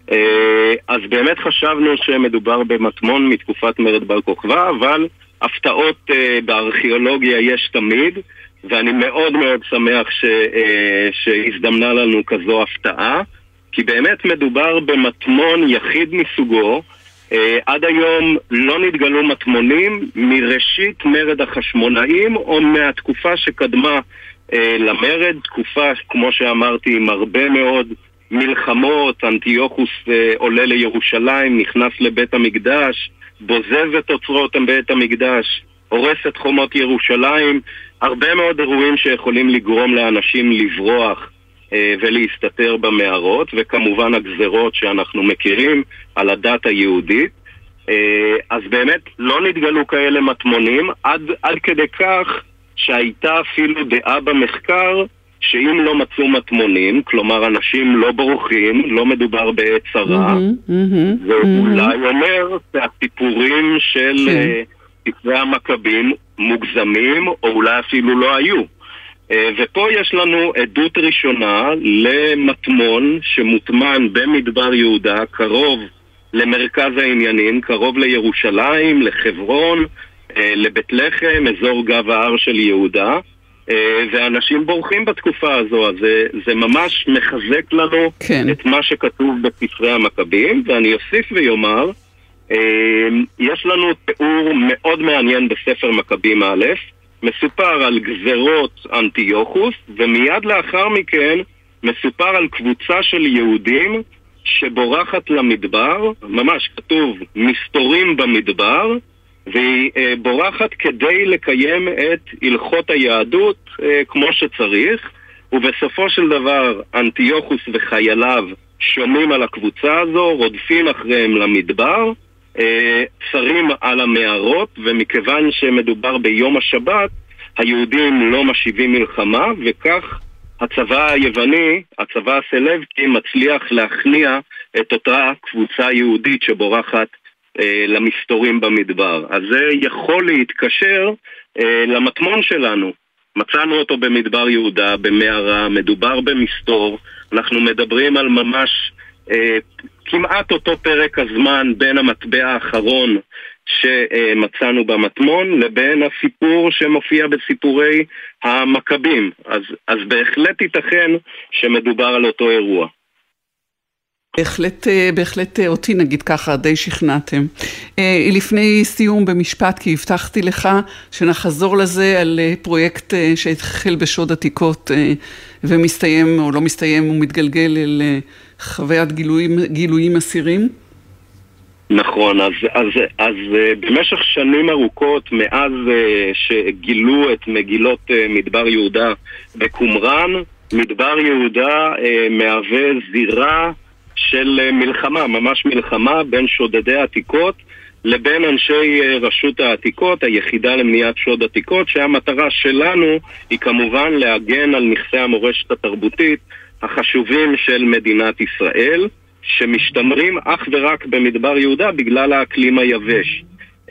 אז באמת חשבנו שמדובר במטמון מתקופת מרד בר כוכבא, אבל הפתעות בארכיאולוגיה יש תמיד, ואני מאוד מאוד שמח ש, שהזדמנה לנו כזו הפתעה, כי באמת מדובר במטמון יחיד מסוגו. עד היום לא נתגלו מטמונים מראשית מרד החשמונאים או מהתקופה שקדמה למרד, תקופה כמו שאמרתי עם הרבה מאוד מלחמות. אנטיוכוס עולה לירושלים, נכנס לבית המקדש, בוזז את אוצרות בית המקדש, הורס את חומות ירושלים, הרבה מאוד אירועים שיכולים לגרום לאנשים לברוח ולהסתתר במערות, וכמובן הגזרות שאנחנו מכירים על הדת היהודית. אז באמת לא נתגלו כאלה מטמונים, עד, עד כדי כך שהייתה אפילו דעה במחקר שאם לא מצאו מטמונים, כלומר אנשים לא בורחים, לא מדובר בעת צרה, mm-hmm, mm-hmm, ואולי mm-hmm. אומר שהסיפורים של ספרי okay. המכבים מוגזמים או אולי אפילו לא היו. ופה יש לנו עדות ראשונה למטמון שמוטמן במדבר יהודה, קרוב למרכז העניינים, קרוב לירושלים, לחברון, לבית לחם, אזור גב ההר של יהודה, ואנשים בורחים בתקופה הזו. אז זה, זה ממש מחזק לנו כן. את מה שכתוב בספרי המכבים. ואני אוסיף ויאמר, יש לנו תיאור מאוד מעניין בספר מכבים א', מסופר על גזרות אנטיוכוס, ומיד לאחר מכן מסופר על קבוצה של יהודים שבורחת למדבר, ממש כתוב מסתורים במדבר, והיא בורחת כדי לקיים את הלכות היהדות כמו שצריך, ובסופו של דבר אנטיוכוס וחייליו שומעים על הקבוצה הזו, רודפים אחריהם למדבר, צרים על המערות, ומכיוון שמדובר ביום השבת, היהודים לא משיבים מלחמה, וכך הצבא היווני, הצבא הסלבקי, מצליח להכניע את אותה קבוצה יהודית שבורחת אה, למסתורים במדבר. אז זה יכול להתקשר אה, למטמון שלנו. מצאנו אותו במדבר יהודה, במערה, מדובר במסתור. אנחנו מדברים על ממש אה, כמעט אותו פרק הזמן בין המטבע האחרון שמצאנו במטמון לבין הסיפור שמופיע בסיפורי המכבים. אז, אז בהחלט ייתכן שמדובר על אותו אירוע. בהחלט, בהחלט אותי נגיד ככה, די שכנעתם. לפני סיום במשפט, כי הבטחתי לך שנחזור לזה על פרויקט שהתחיל בשוד עתיקות ומסתיים או לא מסתיים, הוא מתגלגל אל חוויית גילויים, גילויים אסירים. נכון, אז, אז, אז במשך שנים ארוכות מאז שגילו את מגילות מדבר יהודה בקומראן, מדבר יהודה מהווה זירה של מלחמה, ממש מלחמה בין שודדי העתיקות לבין אנשי רשות העתיקות, היחידה למניעת שוד עתיקות, שהמטרה שלנו היא כמובן להגן על נכסי המורשת התרבותית החשובים של מדינת ישראל, שמשתמרים אך ורק במדבר יהודה בגלל האקלים היבש.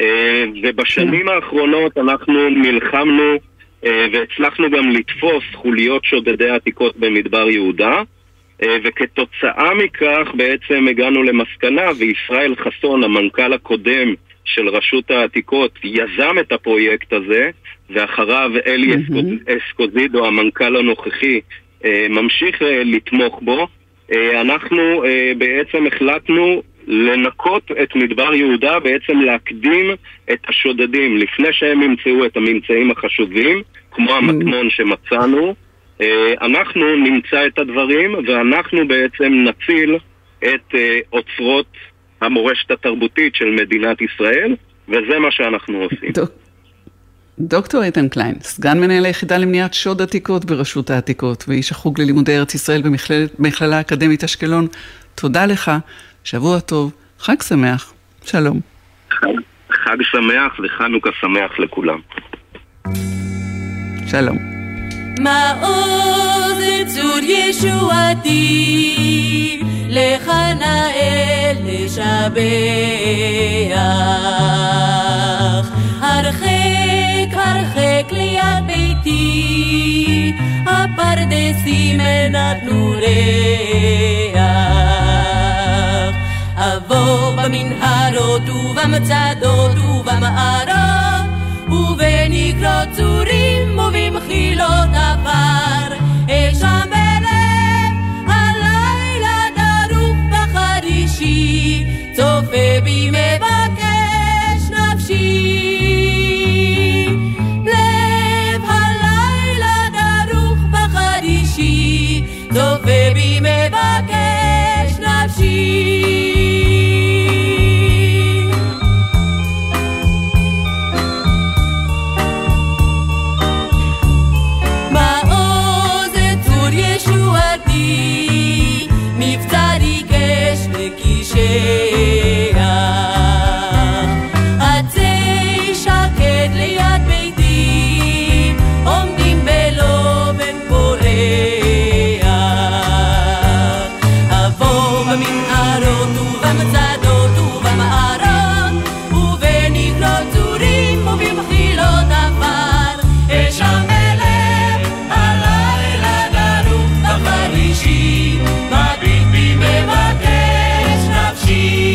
ובשנים האחרונות אנחנו נלחמנו והצלחנו גם לתפוס חוליות שודדי העתיקות במדבר יהודה, וכתוצאה מכך בעצם הגענו למסקנה, וישראל חסון, המנכ"ל הקודם של רשות העתיקות, יזם את הפרויקט הזה, ואחריו אלי אסקוזידו, המנכ"ל הנוכחי, ממשיך לתמוך בו. אנחנו בעצם החלטנו לנקות את מדבר יהודה, בעצם להקדים את השודדים לפני שהם ימצאו את הממצאים החשובים, כמו המטמון שמצאנו. אנחנו נמצא את הדברים ואנחנו בעצם נציל את אוצרות המורשת התרבותית של מדינת ישראל, וזה מה שאנחנו עושים. דוקטור איתן קליין, סגן מנהל היחידה למניעת שוד עתיקות ברשות העתיקות ואיש החוג ללימודי ארץ ישראל במכללה האקדמית אשקלון, תודה לך, שבוע טוב, חג שמח, שלום. חג, חג שמח וחנוכה שמח לכולם. שלום. מעוז צור ישועתי לך נאל לשבח, הרחק הרחק ליד ביתי הפרדסים נתנו ריח, אבוא במנהרות ובמצדות ובמערות ובנקרות צורים ובמחילות עפר אשם בלב הלילה דרוך בחרישי צופה בי מבקש נפשי לב הלילה דרוך בחרישי צופה בי מבקש נפשי עצי שקט ליד ביתי עומדים בלא בן פורח אבוא במנהרות ובמצדות ובמערות ובנקרות צורים ובמחילות עפר אשם בלב הלילה דרוך בחרישי מביט בי מבקש נפשי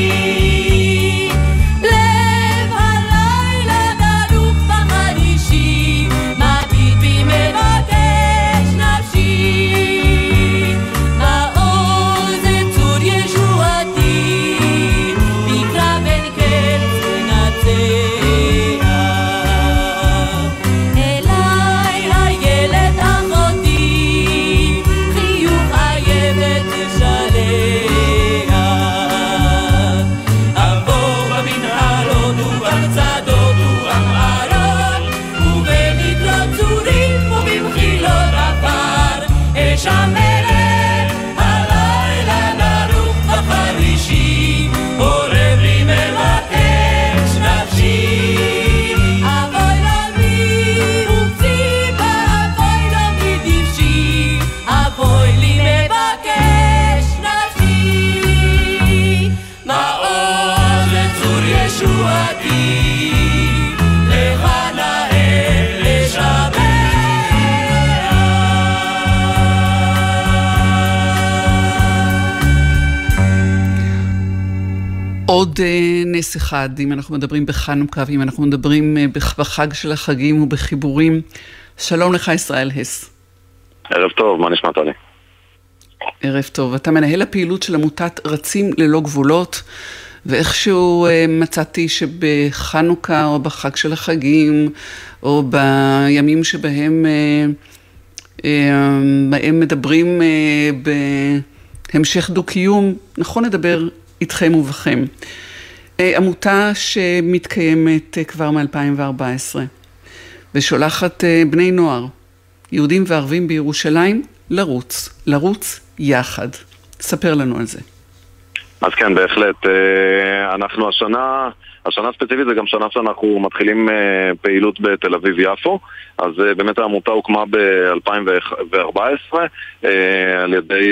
עוד נס אחד, אם אנחנו מדברים בחנוכה, ואם אנחנו מדברים בחג של החגים ובחיבורים. שלום לך ישראל הס. ערב טוב, מה נשמעת לי? ערב טוב. אתה מנהל הפעילות של עמותת רצים ללא גבולות, ואיכשהו מצאתי שבחנוכה או בחג של החגים, או בימים שבהם בהם מדברים בהמשך דו-קיום, נכון לדבר איתכם ובכם. עמותה שמתקיימת כבר מ-אלפיים וארבע עשרה, ושולחת בני נוער, יהודים וערבים בירושלים, לרוץ, לרוץ יחד. ספר לנו על זה. אז כן, בהחלט. אנחנו השנה, השנה ספציפית זה גם שנה שאנחנו מתחילים פעילות בתל אביב יפו, אז באמת העמותה הוקמה ב-אלפיים וארבע עשרה על ידי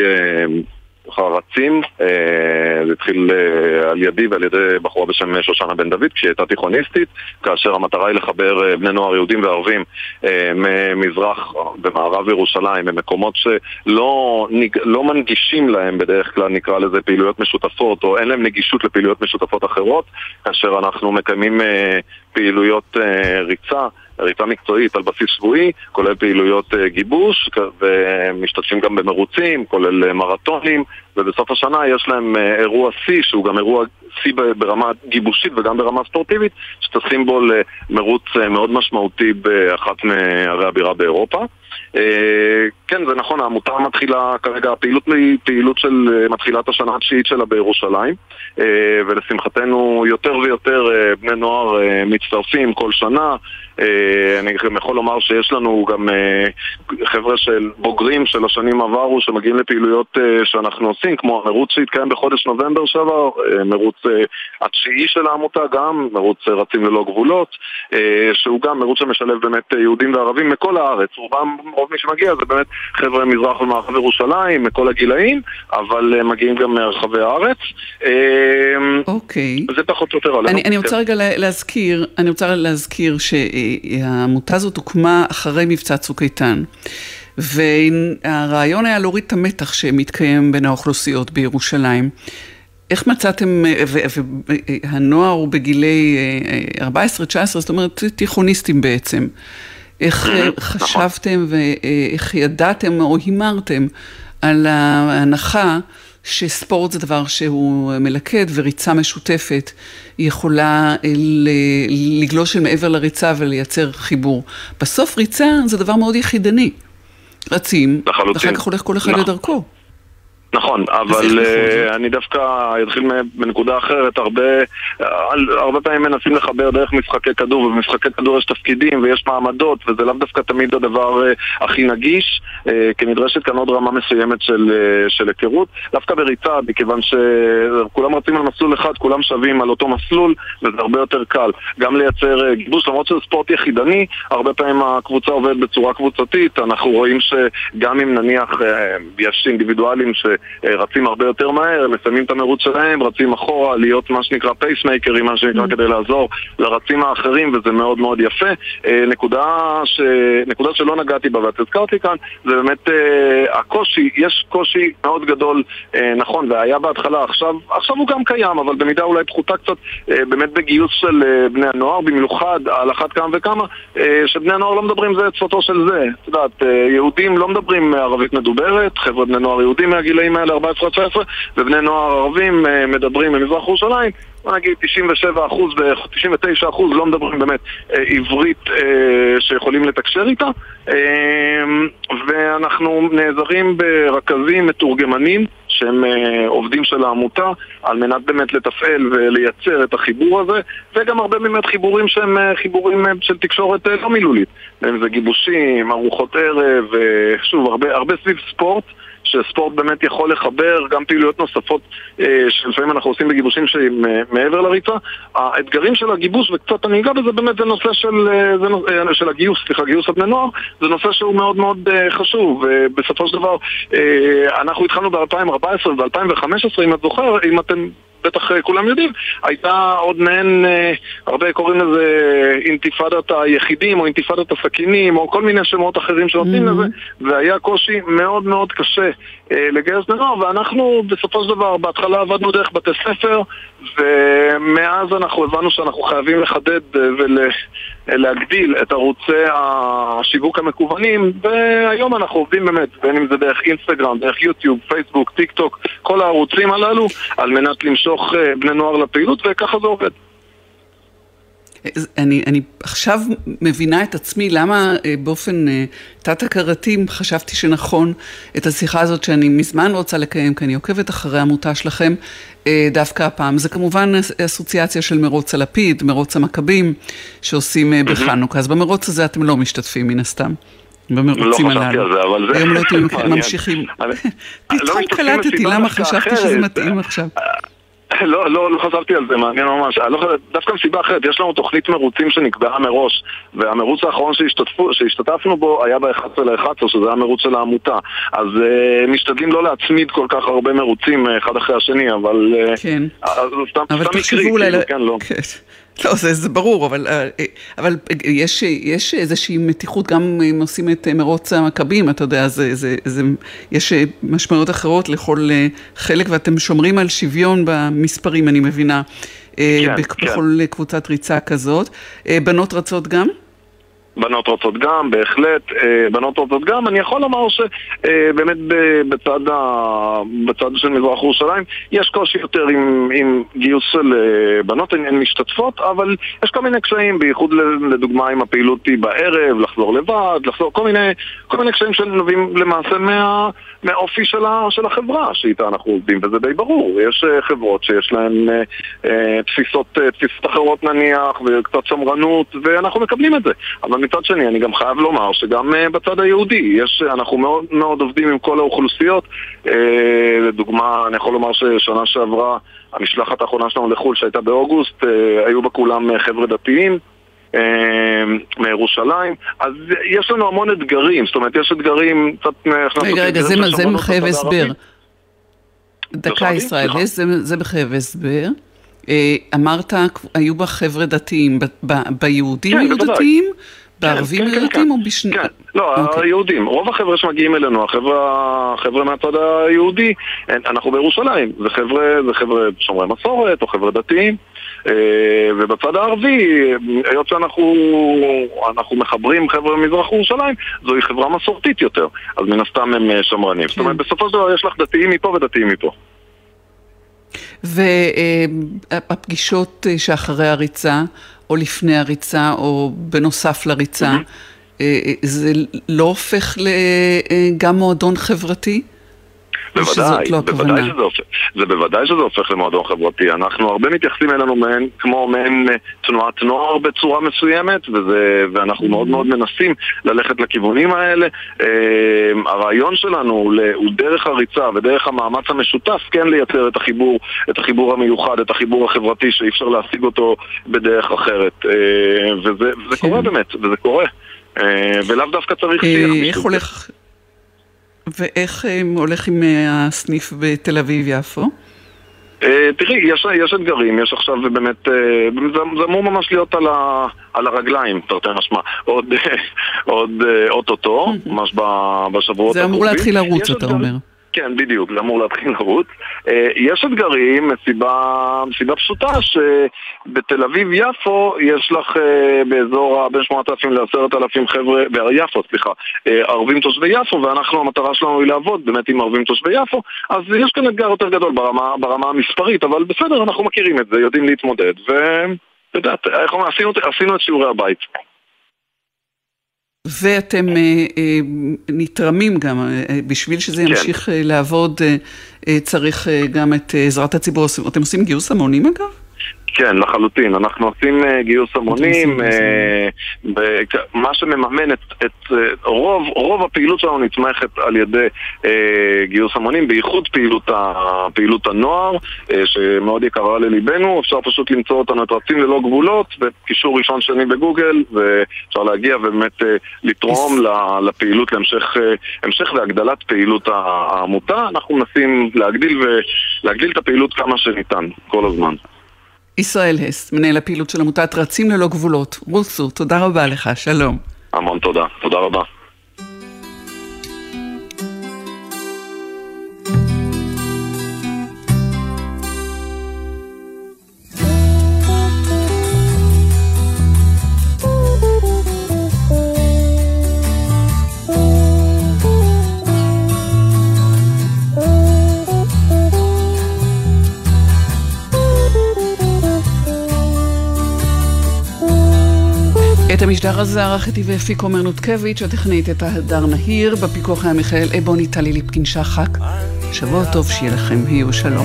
רצים, זה התחיל על ידי ועל ידי בחורה בשם שושנה בן דוד כשהיא הייתה תיכוניסטית, כאשר המטרה היא לחבר בני נוער יהודים וערבים ממזרח במערב ירושלים, במקומות שלא לא מנגישים להם בדרך כלל, נקרא לזה פעילויות משותפות, או אין להם נגישות לפעילויות משותפות אחרות, כאשר אנחנו מקיימים פעילויות ריצה ריצה מקצועית על בסיס שבועי, כולל פעילויות גיבוש, ומשתתפים גם במרוצים, כולל מרתונים, ובסוף השנה יש להם אירוע C, שהוא גם אירוע C ברמה גיבושית וגם ברמה ספורטיבית, שתשים בו למרוץ מאוד משמעותי באחת מערי הבירה באירופה. כן, זה נכון, העמותה מתחילה כרגע, הפעילות פעילות של מתחילת השנה התשיעית שלה בירושלים, ולשמחתנו יותר ויותר בני נוער מצטרפים כל שנה. אני יכול לומר שיש לנו גם חבר'ה של בוגרים של השנים עברו שמגיעים לפעילויות שאנחנו עושים, כמו המרוץ שהתקיים בחודש נובמבר שעבר, מרוץ התשיעי של העמותה גם, מרוץ רצים ללא גבולות, שהוא גם מרוץ שמשלב באמת יהודים וערבים מכל הארץ. רובם, רוב מי שמגיע זה באמת חבר'ה מזרח ומערב ירושלים, מכל הגילאים, אבל מגיעים גם מרחבי הארץ. אוקיי. זה פחות או יותר עלינו. אני, אני רוצה רגע להזכיר, אני רוצה להזכיר שהעמותה הזאת הוקמה אחרי מבצע צוק איתן, והרעיון היה להוריד את המתח שמתקיים בין האוכלוסיות בירושלים. איך מצאתם, והנוער הוא בגילי ארבע עשרה תשע עשרה, זאת אומרת תיכוניסטים בעצם, איך חשבתם ואיך ידעתם או הימרתם על ההנחה שספורט זה דבר שהוא מלכד וריצה משותפת היא יכולה לגלוש אל מעבר לריצה ולייצר חיבור. בסוף ריצה זה דבר מאוד יחידני. רצים, ואחר כך הולך כל אחד לדרכו. נכון, אבל uh, אני דווקא אתחיל בנקודה אחרת. הרבה, הרבה פעמים מנסים לחבר דרך משחקי כדור, ובמשחקי כדור יש תפקידים ויש מעמדות, וזה לאו דווקא תמיד הדבר uh, הכי נגיש, uh, כי נדרשת כאן עוד רמה מסוימת של, uh, של היכרות. דווקא בריצה, מכיוון שכולם רצים על מסלול אחד, כולם שווים על אותו מסלול, וזה הרבה יותר קל. גם לייצר uh, גיבוש, למרות שזה ספורט יחידני, הרבה פעמים הקבוצה עובדת בצורה קבוצתית. אנחנו רואים שגם אם נניח uh, יש אינדיבידואלים ש רצים הרבה יותר מהר, מסיימים את המרוץ שלהם, רצים אחורה, להיות מה שנקרא פייסמייקרים, מה שנקרא כדי לעזור לרצים האחרים, וזה מאוד מאוד יפה. נקודה, ש... נקודה שלא נגעתי בה ואת הזכרתי כאן, זה באמת הקושי, יש קושי מאוד גדול, נכון, והיה בהתחלה, עכשיו, עכשיו הוא גם קיים, אבל במידה אולי פחותה קצת, באמת בגיוס של בני הנוער, במיוחד על אחת כמה וכמה, שבני הנוער לא מדברים זה את שפתו של זה. את יודעת, יהודים לא מדברים ערבית מדוברת, חבר'ה בני נוער יהודים מהגילאים האלה ארבע עשרה תשע עשרה, ובני נוער ערבים מדברים במזרח ירושלים, נגיד תשעים ושבע אחוז ו-תשעים ותשע אחוז לא מדברים באמת עברית שיכולים לתקשר איתה, ואנחנו נעזרים ברכזים מתורגמנים שהם עובדים של העמותה על מנת באמת לתפעל ולייצר את החיבור הזה, וגם הרבה באמת חיבורים שהם חיבורים של תקשורת לא מילולית, זה גיבושים, ארוחות ערב, שוב, הרבה, הרבה סביב ספורט, שספורט באמת יכול לחבר גם פעילויות נוספות שלפעמים אנחנו עושים בגיבושים שהם מעבר לריצה. האתגרים של הגיבוש, וקצת אני אגע בזה, באמת זה נושא של, זה נושא, של הגיוס, סליחה, גיוס הבני נוער, זה נושא שהוא מאוד מאוד חשוב, ובסופו של דבר אנחנו התחלנו ב-אלפיים וארבע עשרה וב-אלפיים וחמש עשרה, אם את זוכר, אם אתם בטח כולם יודעים, הייתה עוד מעין, הרבה קוראים לזה אינתיפאדת היחידים או אינתיפאדת הסכינים או כל מיני שמות אחרים שנותנים לזה, והיה קושי מאוד מאוד קשה לגייס בני נוער, ואנחנו בסופו של דבר בהתחלה עבדנו דרך בתי ספר, ומאז אנחנו הבנו שאנחנו חייבים לחדד ולהגדיל את ערוצי השיווק המקוונים, והיום אנחנו עובדים באמת, בין אם זה דרך אינסטגרם, דרך יוטיוב, פייסבוק, טיק טוק, כל הערוצים הללו, על מנת למשוך בני נוער לפעילות, וככה זה עובד. אני, אני עכשיו מבינה את עצמי למה באופן תת-הכרתי חשבתי שנכון את השיחה הזאת שאני מזמן רוצה לקיים, כי אני עוקבת אחרי העמותה שלכם דווקא הפעם. זה כמובן אסוציאציה של מרוץ הלפיד, מרוץ המכבים שעושים בחנוכה. אז במרוץ הזה אתם לא משתתפים מן הסתם. במרוצים הללו. היום לא אתם ממשיכים. פתאום קלטתי למה חשבתי שזה מתאים עכשיו. לא, לא, לא חשבתי על זה, מעניין ממש. דווקא מסיבה אחרת, יש לנו תוכנית מרוצים שנקבעה מראש, והמרוץ האחרון שהשתתפנו בו היה ב-אחד עשר לאחד עשר, שזה היה מרוץ של העמותה. אז משתדלים לא להצמיד כל כך הרבה מרוצים אחד אחרי השני, אבל... כן. אבל תחשבו אולי... כן, לא. לא, זה, זה ברור, אבל, אבל יש, יש איזושהי מתיחות, גם אם עושים את מרוץ המכבים, אתה יודע, זה, זה, זה, יש משמעויות אחרות לכל חלק, ואתם שומרים על שוויון במספרים, אני מבינה, כן, בכל כן. קבוצת ריצה כזאת. בנות רצות גם? בנות רוצות גם, בהחלט, בנות רוצות גם. אני יכול לומר שבאמת בצד, ה... בצד של מזרח ירושלים יש קושי יותר עם, עם גיוס של בנות, הן משתתפות, אבל יש כל מיני קשיים, בייחוד לדוגמה עם הפעילות היא בערב, לחזור לבד, לחזור, כל מיני, כל מיני קשיים שנובעים למעשה מה, מהאופי של, ה... של החברה שאיתה אנחנו עובדים, וזה די ברור. יש חברות שיש להן תפיסות, תפיסות אחרות נניח, וקצת שמרנות, ואנחנו מקבלים את זה. אבל מצד שני, אני גם חייב לומר שגם בצד היהודי, יש, אנחנו מאוד מאוד עובדים עם כל האוכלוסיות. לדוגמה, אני יכול לומר ששנה שעברה, המשלחת האחרונה שלנו לחול שהייתה באוגוסט, היו בה כולם חבר'ה דתיים מירושלים, אז יש לנו המון אתגרים, זאת אומרת, יש אתגרים קצת... רגע, רגע, זה, זה מחייב הסבר. דקה ישראל, זה, זה מחייב הסבר. אמרת, היו בה חבר'ה דתיים, ב- ב- ביהודים היו דתיים? בערבים היהודים או בשני... כן, לא, היהודים. רוב החבר'ה שמגיעים אלינו, החבר'ה מהצד היהודי, אנחנו בירושלים. זה חבר'ה שומרי מסורת או חבר'ה דתיים. ובצד הערבי, היות שאנחנו אנחנו מחברים חבר'ה ממזרח ירושלים, זוהי חברה מסורתית יותר. אז מן הסתם הם שמרנים. זאת אומרת, בסופו של דבר יש לך דתיים מפה ודתיים מפה. והפגישות שאחרי הריצה, או לפני הריצה, או בנוסף לריצה, זה לא הופך גם מועדון חברתי? בוודאי, בוודאי שזה הופך, זה בוודאי שזה הופך למועדון חברתי. אנחנו הרבה מתייחסים אלינו מהן, כמו מהן תנועת נוער בצורה מסוימת, וזה, ואנחנו מאוד מאוד מנסים ללכת לכיוונים האלה. הרעיון שלנו הוא דרך הריצה ודרך המאמץ המשותף כן לייצר את החיבור, את החיבור המיוחד, את החיבור החברתי שאי אפשר להשיג אותו בדרך אחרת. וזה, וזה קורה באמת, וזה קורה. ולאו דווקא צריך שיח. איך הולך... ואיך הולך עם הסניף בתל אביב-יפו? תראי, יש, יש אתגרים, יש עכשיו באמת, זה אמור ממש להיות על, ה, על הרגליים, תרתי משמע, עוד, עוד, אוטוטו, ממש בשבועות. זה אמור להתחיל לרוץ, אתה אומר. כן, בדיוק, זה אמור להתחיל לרוץ. יש אתגרים, מסיבה, מסיבה פשוטה, שבתל אביב-יפו יש לך באזור בין שמונת אלפים לעשרת אלפים חבר'ה, ביפו, סליחה, ערבים תושבי יפו, ואנחנו, המטרה שלנו היא לעבוד באמת עם ערבים תושבי יפו, אז יש כאן אתגר יותר גדול ברמה, ברמה המספרית, אבל בסדר, אנחנו מכירים את זה, יודעים להתמודד, ויודעת, עשינו, עשינו את שיעורי הבית. ואתם אה, אה, נתרמים גם, אה, בשביל שזה ימשיך כן. אה, לעבוד, אה, אה, צריך אה, גם את אה, עזרת הציבור. אתם עושים גיוס המונים אגב? כן, לחלוטין. אנחנו עושים uh, גיוס המונים, uh, ב- מה שמממן את, את uh, רוב, רוב הפעילות שלנו נתמכת על ידי uh, גיוס המונים, בייחוד פעילות, ה- פעילות הנוער, uh, שמאוד יקרה לליבנו. אפשר פשוט למצוא אותנו את רצים ללא גבולות, בקישור ראשון שני בגוגל, ואפשר להגיע ובאמת uh, לתרום yes. לפעילות, להמשך uh, המשך והגדלת פעילות העמותה. אנחנו מנסים להגדיל, ו- להגדיל את הפעילות כמה שניתן, כל הזמן. ישראל הסט, מנהל הפעילות של עמותת רצים ללא גבולות. רוסו, תודה רבה לך, שלום. המון תודה, תודה רבה. את המשדר הזה ערכתי והפיק עומר נותקביץ', הטכנית את הדר נהיר, בפיקוח היה מיכאל אבוני, טלי ליפקין שחק. שבוע טוב שיהיה לכם, היו שלום.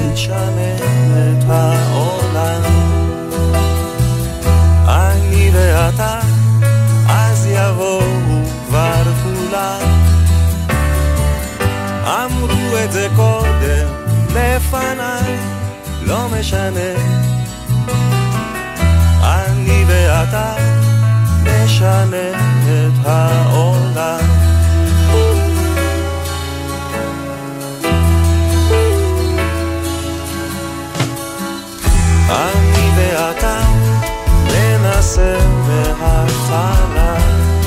אני ואתה, אז יבואו כבר כולם, אמרו את זה קודם לפניי, לא משנה, אני ואתה נשנה את העולם. אני ואתה ננסה מההתחלה,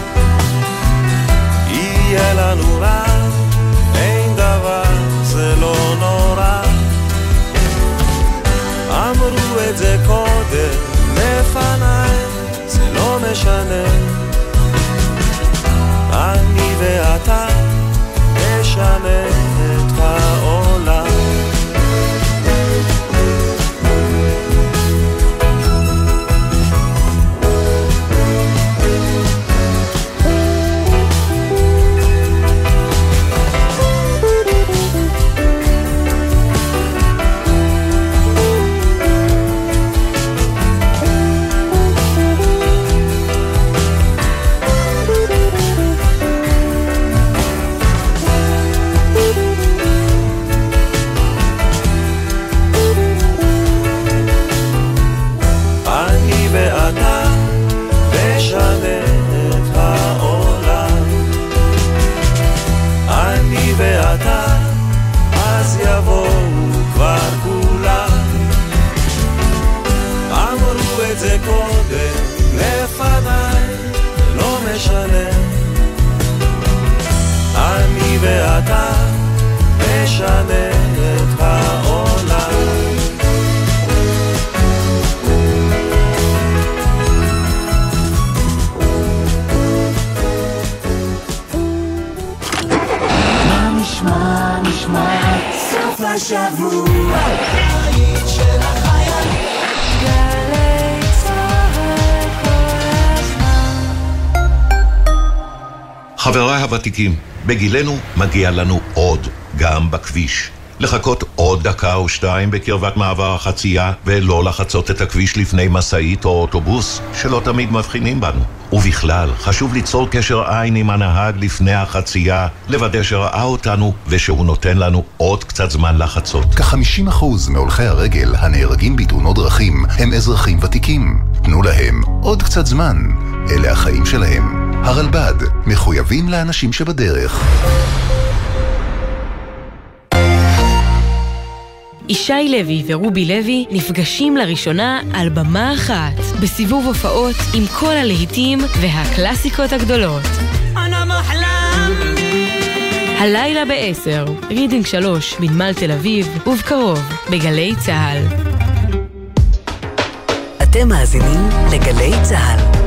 יהיה לנו רע, אין דבר, זה לא נורא, אמרו את זה קודם לפניי, זה לא משנה, אתה משנה את העולם. מה נשמע, נשמע סוף השבוע היית של החיילים גלי צהל כל הזמן. חבריי הוותיקים, בגילנו מגיע לנו עוד, גם בכביש. לחכות עוד דקה או שתיים בקרבת מעבר החצייה ולא לחצות את הכביש לפני מסעית או אוטובוס שלא תמיד מבחינים בנו. ובכלל, חשוב ליצור קשר עין עם הנהג לפני החצייה, לוודא שראה אותנו ושהוא נותן לנו עוד קצת זמן לחצות. כ-חמישים אחוז מהולכי הרגל הנהרגים בתאונות דרכים הם אזרחים ותיקים. תנו להם עוד קצת זמן. אלה החיים שלהם. הרלב"ד, מחויבים לאנשים שבדרך. ישי לוי ורובי לוי נפגשים לראשונה על במה אחת, בסיבוב הופעות עם כל הלהיטים והקלאסיקות הגדולות. הלילה בעשר, רידינג שלוש, בנמל תל אביב, ובקרוב, בגלי צהל. אתם מאזינים לגלי צהל.